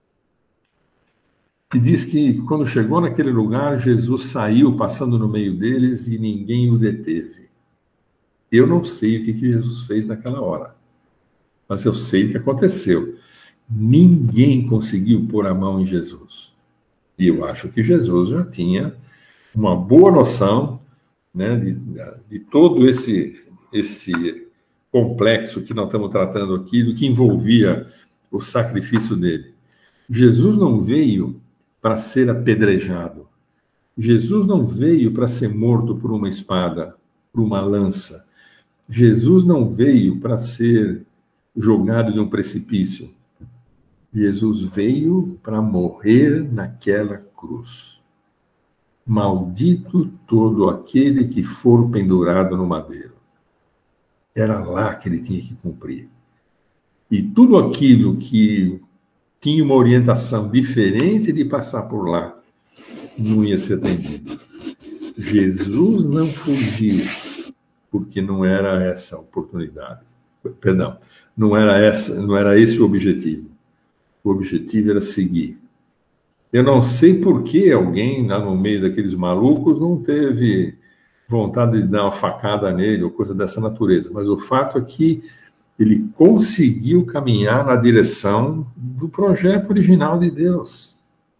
Speaker 1: E diz que quando chegou naquele lugar, Jesus saiu passando no meio deles e ninguém o deteve. Eu não sei o que, que Jesus fez naquela hora, mas eu sei o que aconteceu. Ninguém conseguiu pôr a mão em Jesus. E eu acho que Jesus já tinha uma boa noção, né, de, de todo esse, esse complexo que nós estamos tratando aqui, do que envolvia o sacrifício dele. Jesus não veio para ser apedrejado. Jesus não veio para ser morto por uma espada, por uma lança. Jesus não veio para ser jogado de um precipício. Jesus veio para morrer naquela cruz. Maldito todo aquele que for pendurado no madeiro. Era lá que ele tinha que cumprir. E tudo aquilo que tinha uma orientação diferente de passar por lá, não ia ser atendido. Jesus não fugiu, porque não era essa a oportunidade. Perdão, não era, essa, não era esse o objetivo. O objetivo era seguir. Eu não sei por que alguém lá no meio daqueles malucos não teve vontade de dar uma facada nele ou coisa dessa natureza, mas o fato é que ele conseguiu caminhar na direção do projeto original de Deus.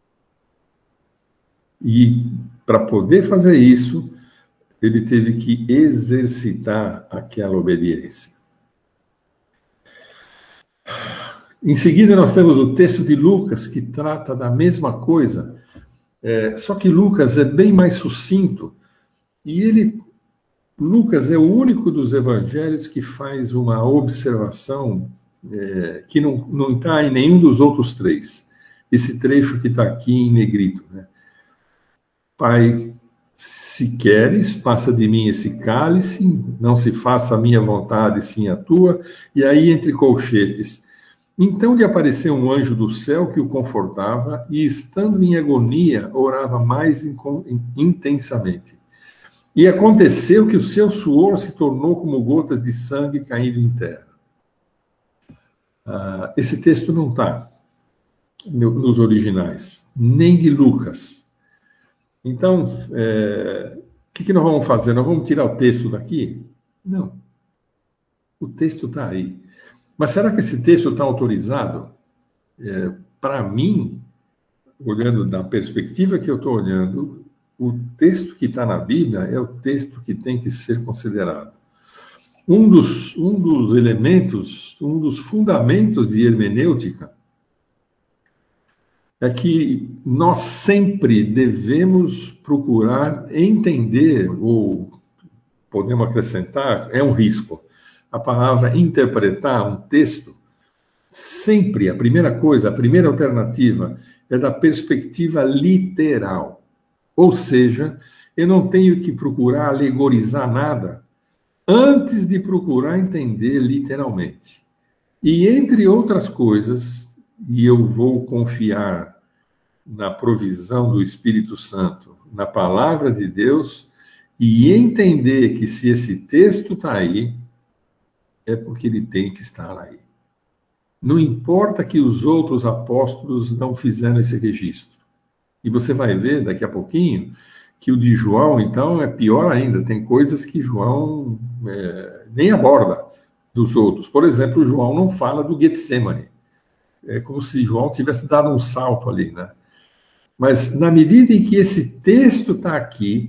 Speaker 1: E para poder fazer isso, ele teve que exercitar aquela obediência. Em seguida, nós temos o texto de Lucas, que trata da mesma coisa, é, só que Lucas é bem mais sucinto, e ele, Lucas é o único dos evangelhos que faz uma observação é, que não está em nenhum dos outros três. Esse trecho que está aqui em negrito, né? Pai, se queres, passa de mim esse cálice, não se faça a minha vontade, sim a tua. E aí, entre colchetes, então lhe apareceu um anjo do céu que o confortava, e estando em agonia, orava mais intensamente. E aconteceu que o seu suor se tornou como gotas de sangue caindo em terra. Ah, esse texto não está nos originais, nem de Lucas. Então, é, o que, que nós vamos fazer? Nós vamos tirar o texto daqui? Não. O texto está aí. Mas será que esse texto está autorizado? É, Para mim, olhando da perspectiva que eu estou olhando, o texto que está na Bíblia é o texto que tem que ser considerado. Um dos, um dos elementos, um dos fundamentos de hermenêutica é que nós sempre devemos procurar entender, ou podemos acrescentar, é um risco, a palavra interpretar um texto, sempre a primeira coisa, a primeira alternativa é da perspectiva literal. Ou seja, eu não tenho que procurar alegorizar nada antes de procurar entender literalmente. E entre outras coisas, e eu vou confiar na provisão do Espírito Santo, na palavra de Deus, e entender que se esse texto está aí, é porque ele tem que estar aí. Não importa que os outros apóstolos não fizeram esse registro. E você vai ver daqui a pouquinho que o de João, então, é pior ainda. Tem coisas que João é, nem aborda dos outros. Por exemplo, João não fala do Getsemane. É como se João tivesse dado um salto ali, né? Mas na medida em que esse texto está aqui,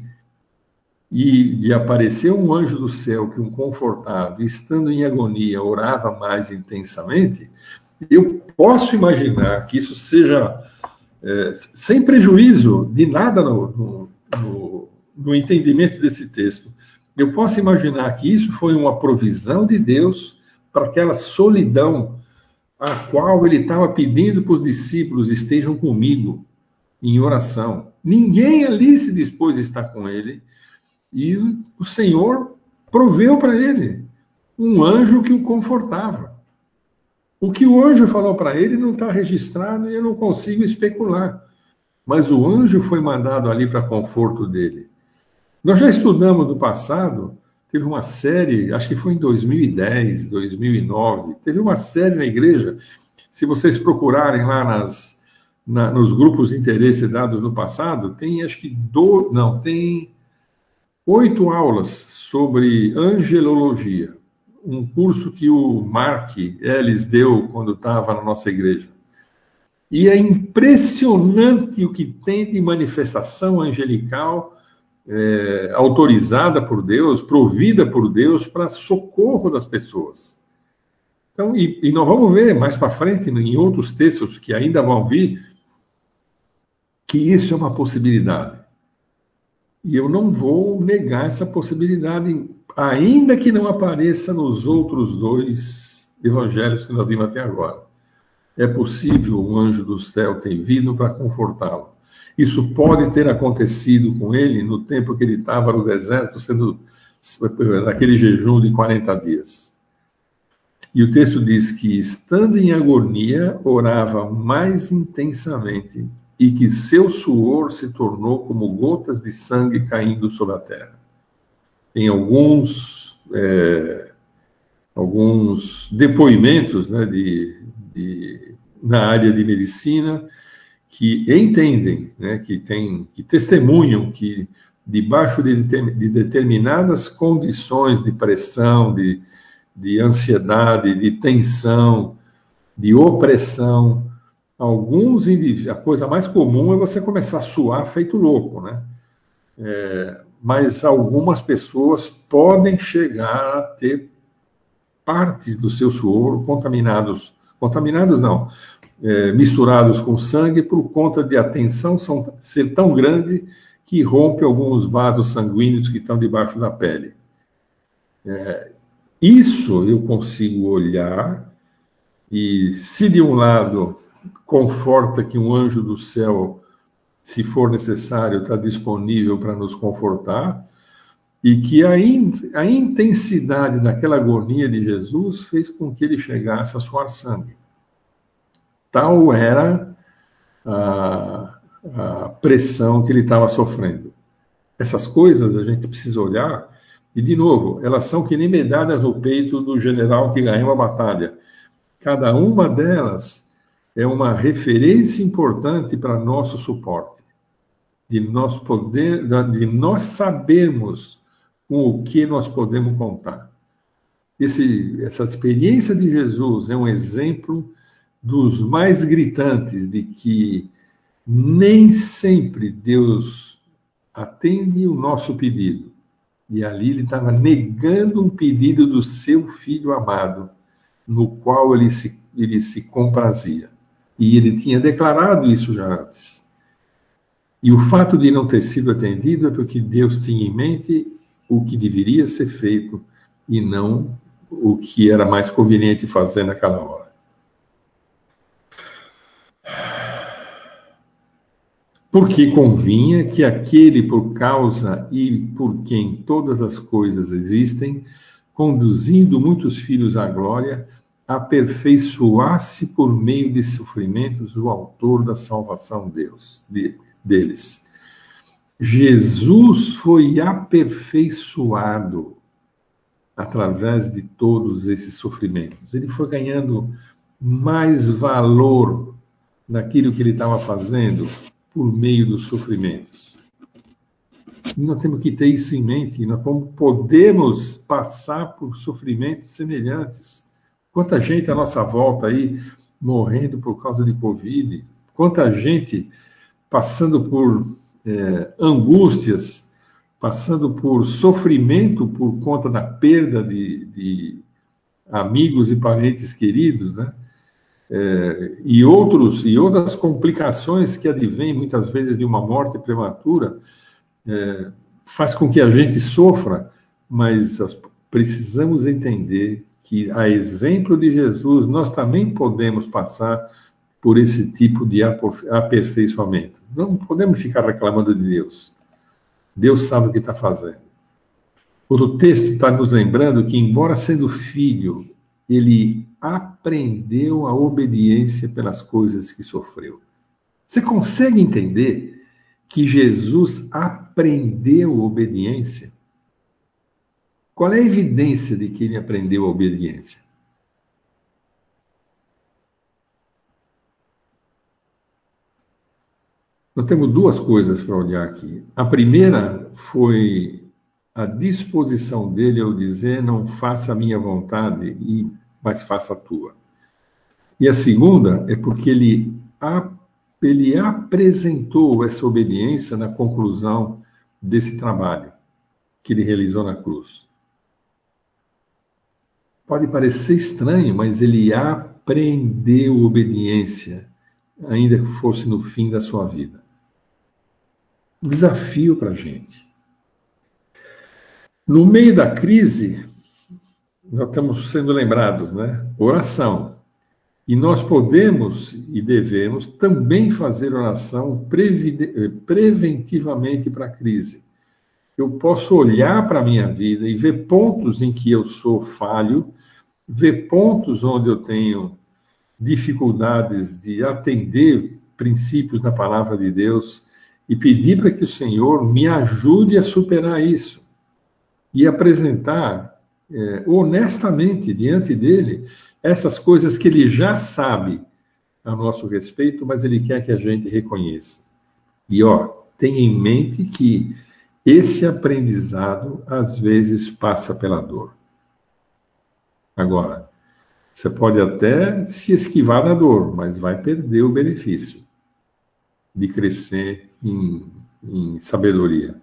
Speaker 1: e, e apareceu um anjo do céu que o confortava, estando em agonia, orava mais intensamente, eu posso imaginar que isso seja, é, sem prejuízo de nada no, no, no, no entendimento desse texto, eu posso imaginar que isso foi uma provisão de Deus para aquela solidão a qual ele estava pedindo para os discípulos: estejam comigo em oração. Ninguém ali se dispôs a estar com ele, e o Senhor proveu para ele um anjo que o confortava. O que o anjo falou para ele não está registrado e eu não consigo especular. Mas o anjo foi mandado ali para conforto dele. Nós já estudamos no passado, teve uma série, acho que foi em dois mil e dez, dois mil e nove, teve uma série na igreja, se vocês procurarem lá nas, na, nos grupos de interesse dados no passado, tem acho que do, não, tem oito aulas sobre angelologia, um curso que o Mark Ellis deu quando estava na nossa igreja. E é impressionante o que tem de manifestação angelical é, autorizada por Deus, provida por Deus para socorro das pessoas. Então, e, e nós vamos ver mais para frente, em outros textos que ainda vão vir, que isso é uma possibilidade. E eu não vou negar essa possibilidade, ainda que não apareça nos outros dois evangelhos que nós vimos até agora. É possível um anjo do céu ter vindo para confortá-lo. Isso pode ter acontecido com ele no tempo que ele estava no deserto, sendo naquele jejum de quarenta dias. E o texto diz que, estando em agonia, orava mais intensamente e que seu suor se tornou como gotas de sangue caindo sobre a terra. Tem alguns, é, alguns depoimentos, né, de, de, na área de medicina que entendem, né, que, tem, que testemunham que debaixo de, de determinadas condições de pressão, de, de ansiedade, de tensão, de opressão, alguns indivíduos, a coisa mais comum é você começar a suar feito louco, né? É, mas algumas pessoas podem chegar a ter partes do seu suor contaminados, contaminados não, é, misturados com sangue por conta de a tensão são, ser tão grande que rompe alguns vasos sanguíneos que estão debaixo da pele. É, isso eu consigo olhar e, se de um lado conforta que um anjo do céu, se for necessário, está disponível para nos confortar, e que a, in, a intensidade daquela agonia de Jesus fez com que ele chegasse a suar sangue. Tal era a, a pressão que ele estava sofrendo. Essas coisas a gente precisa olhar, e de novo, elas são que nem medalhas no peito do general que ganhou a batalha. Cada uma delas é uma referência importante para nosso suporte, de nós, poder, de nós sabermos com o que nós podemos contar. Esse, essa experiência de Jesus é um exemplo dos mais gritantes de que nem sempre Deus atende o nosso pedido. E ali ele estava negando um pedido do seu filho amado, no qual ele se, ele se comprazia. E ele tinha declarado isso já antes. E o fato de não ter sido atendido é porque Deus tinha em mente o que deveria ser feito e não o que era mais conveniente fazer naquela hora. Porque convinha que aquele por causa e por quem todas as coisas existem, conduzindo muitos filhos à glória, aperfeiçoasse por meio de sofrimentos o autor da salvação Deus, de, deles. Jesus foi aperfeiçoado através de todos esses sofrimentos. Ele foi ganhando mais valor naquilo que ele estava fazendo por meio dos sofrimentos. E nós temos que ter isso em mente, nós podemos passar por sofrimentos semelhantes. Quanta gente à nossa volta aí morrendo por causa de Covid, quanta gente passando por é, angústias, passando por sofrimento por conta da perda de, de amigos e parentes queridos, né? É, e, outros, e outras complicações que advêm muitas vezes de uma morte prematura, é, faz com que a gente sofra, mas precisamos entender que, a exemplo de Jesus, nós também podemos passar por esse tipo de aperfeiçoamento. Não podemos ficar reclamando de Deus. Deus sabe o que está fazendo. O texto está nos lembrando que, embora sendo filho, ele aprendeu a obediência pelas coisas que sofreu. Você consegue entender que Jesus aprendeu obediência? Qual é a evidência de que ele aprendeu a obediência? Nós temos duas coisas para olhar aqui. A primeira foi a disposição dele ao dizer: não faça a minha vontade, mas faça a tua. E a segunda é porque ele, ele apresentou essa obediência na conclusão desse trabalho que ele realizou na cruz. Pode parecer estranho, mas ele aprendeu obediência, ainda que fosse no fim da sua vida. Desafio para a gente. No meio da crise, nós estamos sendo lembrados, né? Oração. E nós podemos e devemos também fazer oração preventivamente para a crise. Eu posso olhar para a minha vida e ver pontos em que eu sou falho, ver pontos onde eu tenho dificuldades de atender princípios da palavra de Deus e pedir para que o Senhor me ajude a superar isso e apresentar é, honestamente diante dele essas coisas que ele já sabe a nosso respeito, mas ele quer que a gente reconheça. E ó, tenha em mente que esse aprendizado às vezes passa pela dor. Agora, você pode até se esquivar da dor, mas vai perder o benefício de crescer em, em sabedoria.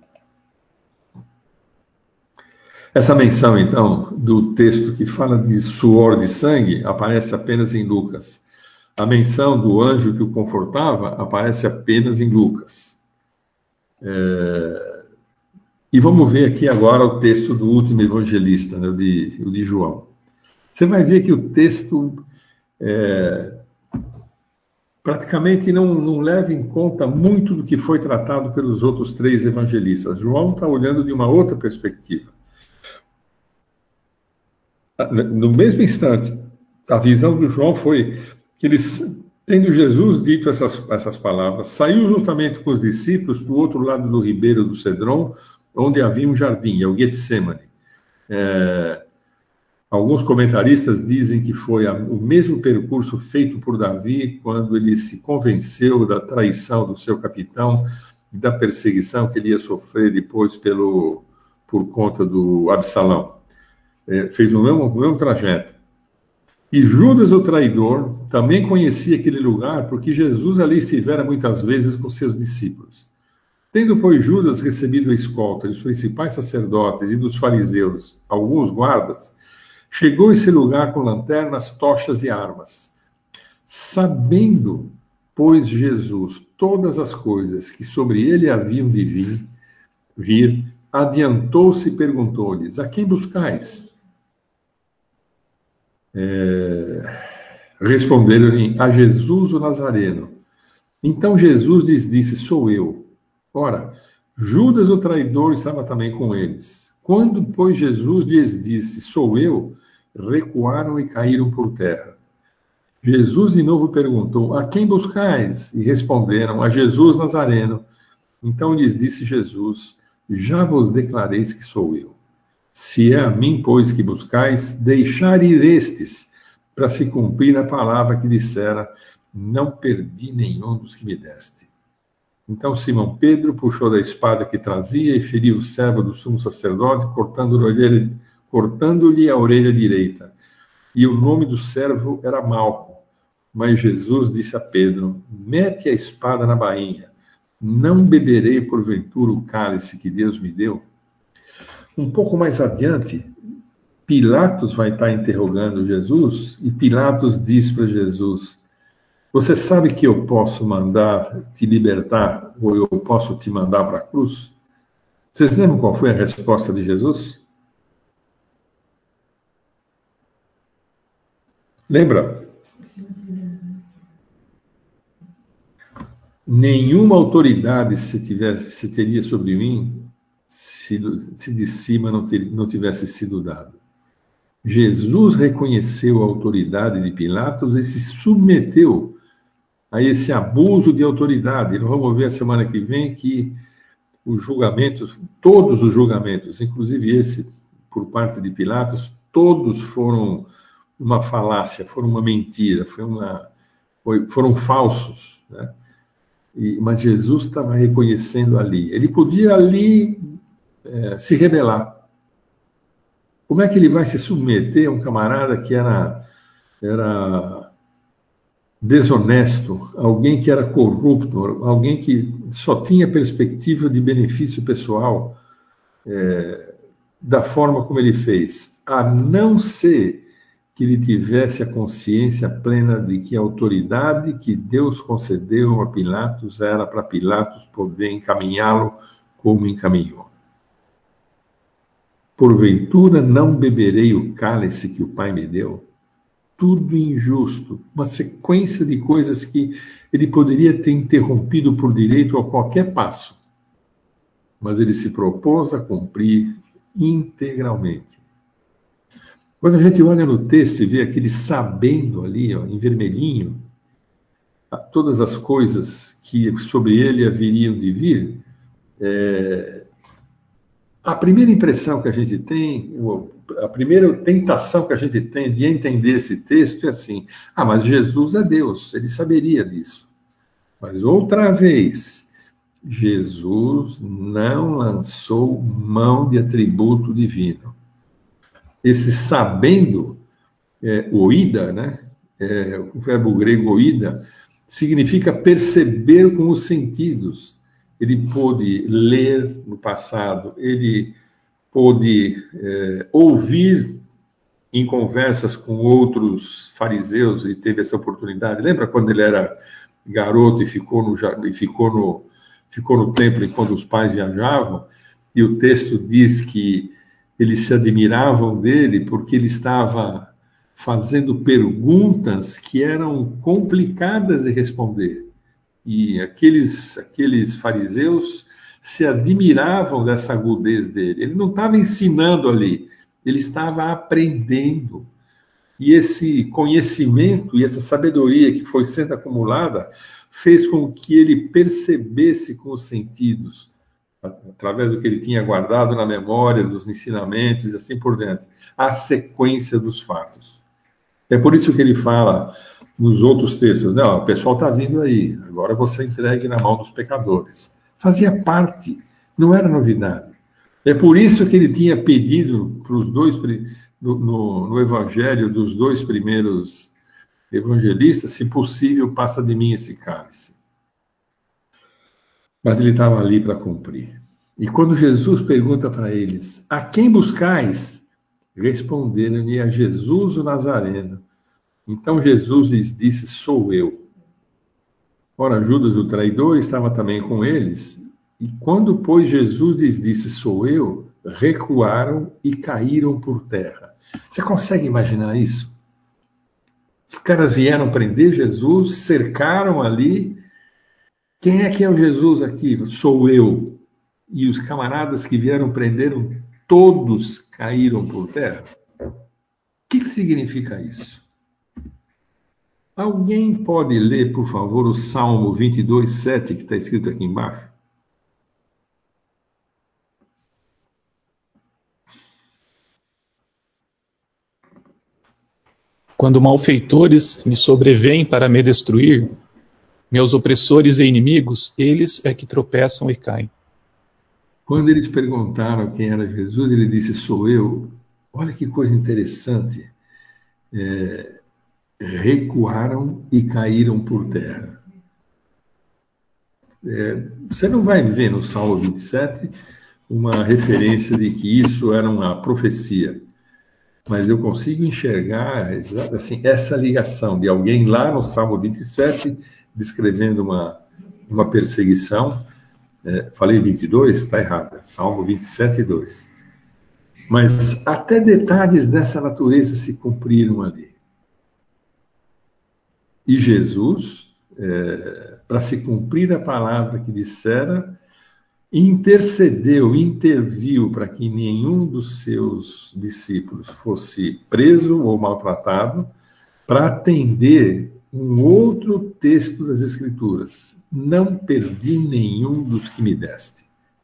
Speaker 1: Essa menção, então, do texto que fala de suor de sangue aparece apenas em Lucas. A menção do anjo que o confortava aparece apenas em Lucas. É... E vamos ver aqui agora o texto do último evangelista, né, o, de, o de João. Você vai ver que o texto é, praticamente não, não leva em conta muito do que foi tratado pelos outros três evangelistas. João está olhando de uma outra perspectiva. No mesmo instante, a visão do João foi que eles, tendo Jesus dito essas, essas palavras, saiu justamente com os discípulos do outro lado do ribeiro do Cedron, onde havia um jardim, é o Getsemane. É, alguns comentaristas dizem que foi a, o mesmo percurso feito por Davi quando ele se convenceu da traição do seu capitão e da perseguição que ele ia sofrer depois pelo, por conta do Absalão. É, fez o mesmo, o mesmo trajeto. E Judas, o traidor, também conhecia aquele lugar porque Jesus ali estivera muitas vezes com seus discípulos. Tendo, pois, Judas recebido a escolta dos principais sacerdotes e dos fariseus, alguns guardas, chegou a esse lugar com lanternas, tochas e armas. Sabendo, pois, Jesus todas as coisas que sobre ele haviam de vir, vir adiantou-se e perguntou-lhes: a quem buscais? É... Responderam-lhe: a Jesus o Nazareno. Então Jesus lhes disse: sou eu. Ora, Judas o traidor estava também com eles. Quando, pois, Jesus lhes disse: sou eu, recuaram e caíram por terra. Jesus de novo perguntou: a quem buscais? E responderam: a Jesus Nazareno. Então lhes disse Jesus: já vos declareis que sou eu. Se é a mim, pois, que buscais, deixai ir estes, para se cumprir a palavra que dissera: não perdi nenhum dos que me deste. Então Simão Pedro puxou da espada que trazia e feriu o servo do sumo sacerdote, cortando-lhe cortando-lhe a orelha direita. E o nome do servo era Malco. Mas Jesus disse a Pedro: mete a espada na bainha. Não beberei porventura o cálice que Deus me deu? Um pouco mais adiante, Pilatos vai estar interrogando Jesus e Pilatos diz para Jesus: você sabe que eu posso mandar te libertar ou eu posso te mandar para a cruz? Vocês lembram qual foi a resposta de Jesus? Lembra? Nenhuma autoridade se, tivesse, se teria sobre mim se, se de cima não, ter, não tivesse sido dado. Jesus reconheceu a autoridade de Pilatos e se submeteu a esse abuso de autoridade. Nós vamos ver a semana que vem que os julgamentos, todos os julgamentos, inclusive esse por parte de Pilatos, todos foram uma falácia, foram uma mentira, foi uma, foi, foram falsos, né? E, mas Jesus estava reconhecendo ali. Ele podia ali é, se rebelar. Como é que ele vai se submeter a um camarada que era, era desonesto, alguém que era corrupto, alguém que só tinha perspectiva de benefício pessoal, é, da forma como ele fez, a não ser que ele tivesse a consciência plena de que a autoridade que Deus concedeu a Pilatos era para Pilatos poder encaminhá-lo como encaminhou. porventura não beberei o cálice que o Pai me deu? Tudo injusto, uma sequência de coisas que ele poderia ter interrompido por direito a qualquer passo, mas ele se propôs a cumprir integralmente. Quando a gente olha no texto e vê aquele sabendo ali, ó, em vermelhinho, todas as coisas que sobre ele haveriam de vir, é, a primeira impressão que a gente tem, a primeira tentação que a gente tem de entender esse texto é assim: ah, mas Jesus é Deus, ele saberia disso. Mas outra vez, Jesus não lançou mão de atributo divino. Esse sabendo, é, oida, né? É, o verbo grego oida, significa perceber com os sentidos. Ele pôde ler no passado, ele pôde é, ouvir em conversas com outros fariseus e teve essa oportunidade. Lembra quando ele era garoto e ficou no, e ficou no, ficou no templo enquanto os pais viajavam? E o texto diz que eles se admiravam dele porque ele estava fazendo perguntas que eram complicadas de responder. E aqueles, aqueles fariseus se admiravam dessa agudez dele. Ele não estava ensinando ali, ele estava aprendendo. E esse conhecimento e essa sabedoria que foi sendo acumulada fez com que ele percebesse com os sentidos, através do que ele tinha guardado na memória, dos ensinamentos e assim por diante, a sequência dos fatos. É por isso que ele fala nos outros textos: não, o pessoal está vindo aí, agora você entregue na mão dos pecadores. Fazia parte, não era novidade. É por isso que ele tinha pedido para os dois, no, no, no evangelho dos dois primeiros evangelistas, se possível, passa de mim esse cálice. Mas ele estava ali para cumprir. E quando Jesus pergunta para eles: a quem buscais? Responderam-lhe: a Jesus o Nazareno. Então Jesus lhes disse: sou eu. Ora, Judas, o traidor, estava também com eles, e quando, pois, Jesus lhes disse: sou eu, recuaram e caíram por terra. Você consegue imaginar isso? Os caras vieram prender Jesus, cercaram ali. Quem é que é o Jesus aqui? Sou eu. E os camaradas que vieram prenderam, todos caíram por terra. O que, que significa isso? Alguém pode ler, por favor, o Salmo vinte e dois, sete, que está escrito aqui embaixo?
Speaker 3: Quando malfeitores me sobrevêm para me destruir, meus opressores e inimigos, eles é que tropeçam e caem.
Speaker 1: Quando eles perguntaram quem era Jesus, ele disse: sou eu. Olha que coisa interessante. É, recuaram e caíram por terra. É, você não vai ver no Salmo vinte e sete uma referência de que isso era uma profecia, mas eu consigo enxergar assim, essa ligação de alguém lá no Salmo vinte e sete descrevendo uma, uma perseguição. É, falei vinte e dois? Está errado, é Salmo vinte e sete, dois. Mas até detalhes dessa natureza se cumpriram ali. E Jesus, é, para se cumprir a palavra que dissera, intercedeu, interviu para que nenhum dos seus discípulos fosse preso ou maltratado, para atender um outro texto das Escrituras: não perdi nenhum dos que me deste.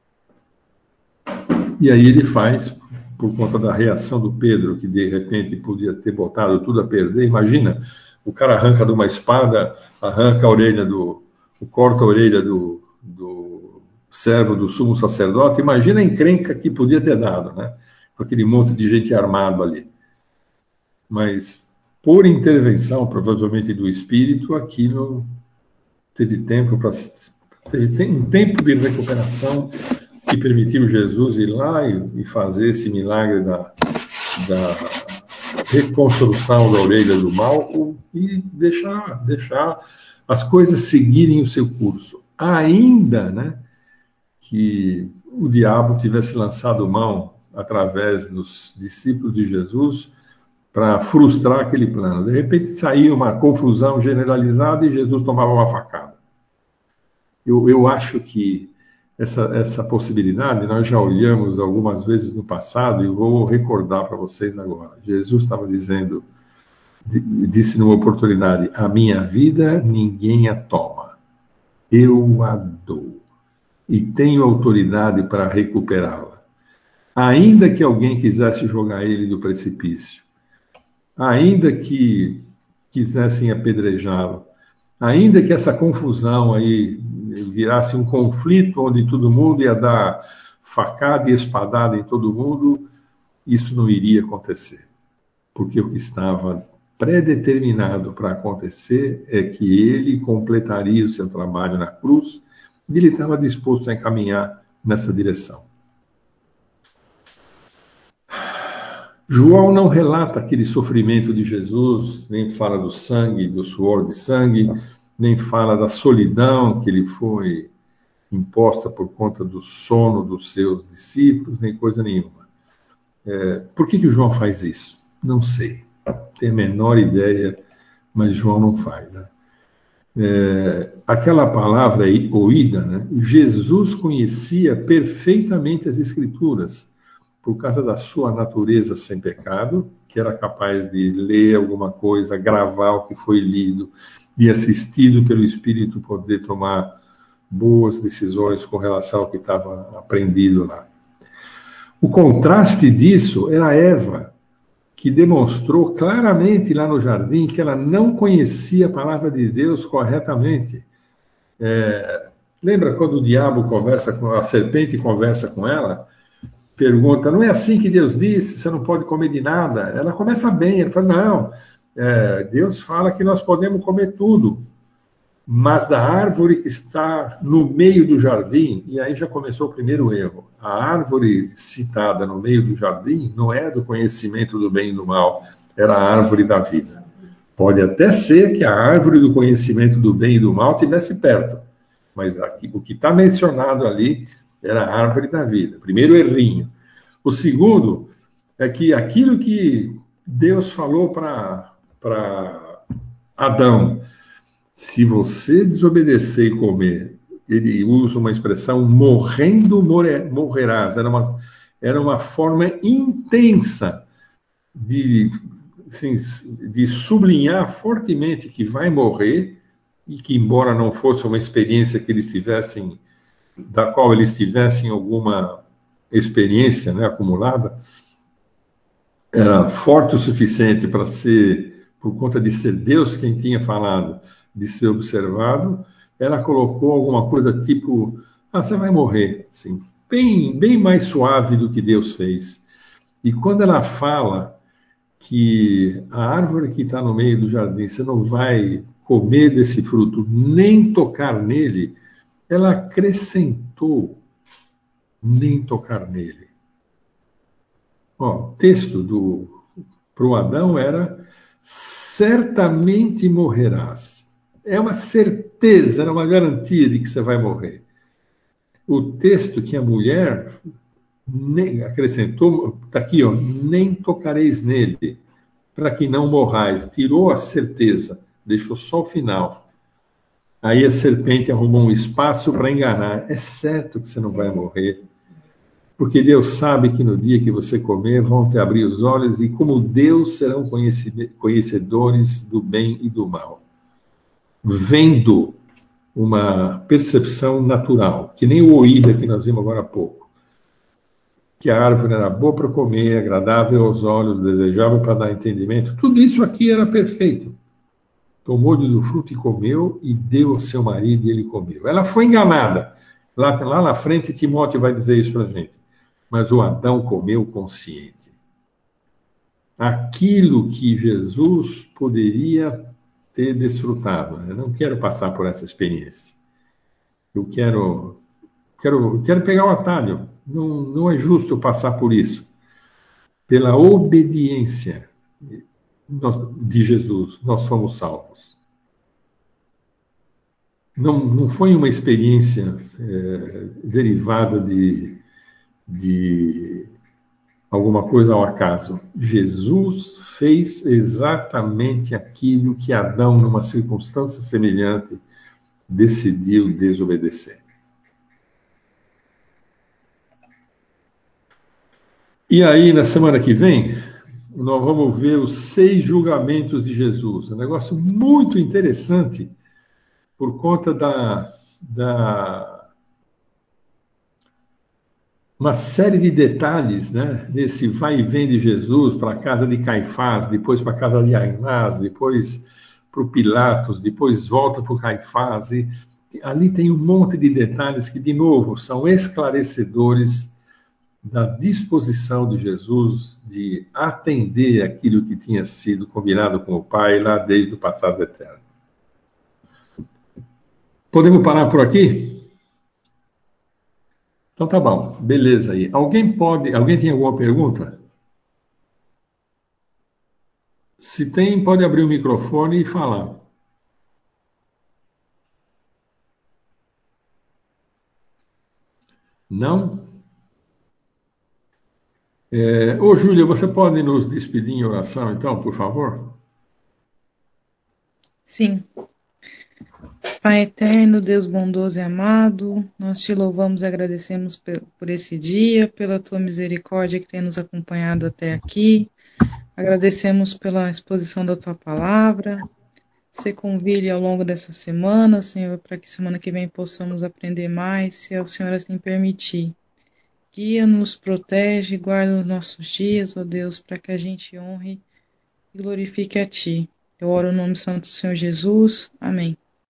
Speaker 1: E aí ele faz, por conta da reação do Pedro, que de repente podia ter botado tudo a perder. Imagina, o cara arranca de uma espada, arranca a orelha do, corta a orelha do, do servo do sumo sacerdote. Imagina a encrenca que podia ter dado, né? Com aquele monte de gente armado ali. Mas, por intervenção, provavelmente do Espírito, aquilo teve tempo para teve um tempo de recuperação que permitiu Jesus ir lá e, e fazer esse milagre da, da reconstrução da orelha do Malco e deixar, deixar as coisas seguirem o seu curso. Ainda, né, que o diabo tivesse lançado mão através dos discípulos de Jesus, para frustrar aquele plano. De repente saía uma confusão generalizada e Jesus tomava uma facada. Eu, eu acho que essa, essa possibilidade nós já olhamos algumas vezes no passado e vou recordar para vocês agora. Jesus estava dizendo, disse numa oportunidade, a minha vida ninguém a toma, eu a dou e tenho autoridade para recuperá-la. Ainda que alguém quisesse jogar ele do precipício, ainda que quisessem apedrejá-lo, ainda que essa confusão aí virasse um conflito onde todo mundo ia dar facada e espadada em todo mundo, isso não iria acontecer. Porque o que estava predeterminado para acontecer é que ele completaria o seu trabalho na cruz e ele estava disposto a encaminhar nessa direção. João não relata aquele sofrimento de Jesus, nem fala do sangue, do suor de sangue, nem fala da solidão que lhe foi imposta por conta do sono dos seus discípulos, nem coisa nenhuma. É, por que que o João faz isso? Não sei. Tenho a menor ideia, mas João não faz. Né? É, aquela palavra oída, né? Jesus conhecia perfeitamente as Escrituras, por causa da sua natureza sem pecado, que era capaz de ler alguma coisa, gravar o que foi lido, e assistido pelo Espírito poder tomar boas decisões com relação ao que estava aprendido lá. O contraste disso era Eva, que demonstrou claramente lá no jardim que ela não conhecia a palavra de Deus corretamente. É, lembra quando o diabo conversa com a serpente, conversa com ela? Pergunta, não é assim que Deus disse, você não pode comer de nada? Ela começa bem, ela fala, não, é, Deus fala que nós podemos comer tudo, mas da árvore que está no meio do jardim, e aí já começou o primeiro erro, a árvore citada no meio do jardim não é do conhecimento do bem e do mal, era a árvore da vida. Pode até ser que a árvore do conhecimento do bem e do mal estivesse perto, mas aqui, o que está mencionado ali era a árvore da vida. Primeiro errinho. O segundo é que aquilo que Deus falou para Adão, se você desobedecer e comer, ele usa uma expressão, morrendo morrerás. Era uma, era uma forma intensa de, assim, de sublinhar fortemente que vai morrer e que, embora não fosse uma experiência que eles tivessem, da qual eles tivessem alguma experiência, né, acumulada, era forte o suficiente para ser, por conta de ser Deus quem tinha falado, de ser observado, ela colocou alguma coisa tipo, ah, você vai morrer, assim, bem, bem mais suave do que Deus fez. E quando ela fala que a árvore que está no meio do jardim, você não vai comer desse fruto, nem tocar nele, ela acrescentou, nem tocar nele. Ó, o texto do para o Adão era, certamente morrerás. É uma certeza, era uma garantia de que você vai morrer. O texto que a mulher nem, acrescentou, está aqui, ó, nem tocareis nele, para que não morrais. Tirou a certeza, deixou só o final. Aí a serpente arrumou um espaço para enganar. É certo que você não vai morrer, porque Deus sabe que no dia que você comer vão te abrir os olhos e como Deus serão conhecedores do bem e do mal. Vendo uma percepção natural, que nem o oída que nós vimos agora há pouco. Que a árvore era boa para comer, agradável aos olhos, desejável para dar entendimento. Tudo isso aqui era perfeito. Tomou do fruto e comeu e deu ao seu marido e ele comeu. Ela foi enganada. Lá, lá na frente Timóteo vai dizer isso para a gente. Mas o Adão comeu consciente. Aquilo que Jesus poderia ter desfrutado. Eu não quero passar por essa experiência. Eu quero, quero, quero pegar o atalho. Não, não é justo eu passar por isso. Pela obediência de Jesus, nós fomos salvos. Não, não foi uma experiência é, derivada de... de alguma coisa ao acaso. Jesus fez exatamente aquilo que Adão, numa circunstância semelhante, decidiu desobedecer. E aí, na semana que vem, nós vamos ver os seis julgamentos de Jesus. Um negócio muito interessante por conta da, da uma série de detalhes, né? Nesse vai e vem de Jesus para a casa de Caifás, depois para a casa de Anás, depois para o Pilatos, depois volta para o Caifás. E ali tem um monte de detalhes que, de novo, são esclarecedores da disposição de Jesus de atender aquilo que tinha sido combinado com o Pai lá desde o passado eterno. Podemos parar por aqui? Então tá bom, beleza aí. Alguém pode, alguém tem alguma pergunta? Se tem, pode abrir o microfone e falar. Não? É, ô, Júlia, você pode nos despedir em oração, então, por favor?
Speaker 5: Sim. Pai eterno, Deus bondoso e amado, nós te louvamos e agradecemos por esse dia, pela tua misericórdia que tem nos acompanhado até aqui. Agradecemos pela exposição da tua palavra. Se convide ao longo dessa semana, Senhor, para que semana que vem possamos aprender mais, se o Senhor assim permitir. Guia-nos, protege, guarda os nossos dias, ó Deus, para que a gente honre e glorifique a Ti. Eu oro no nome santo do Senhor Jesus. Amém.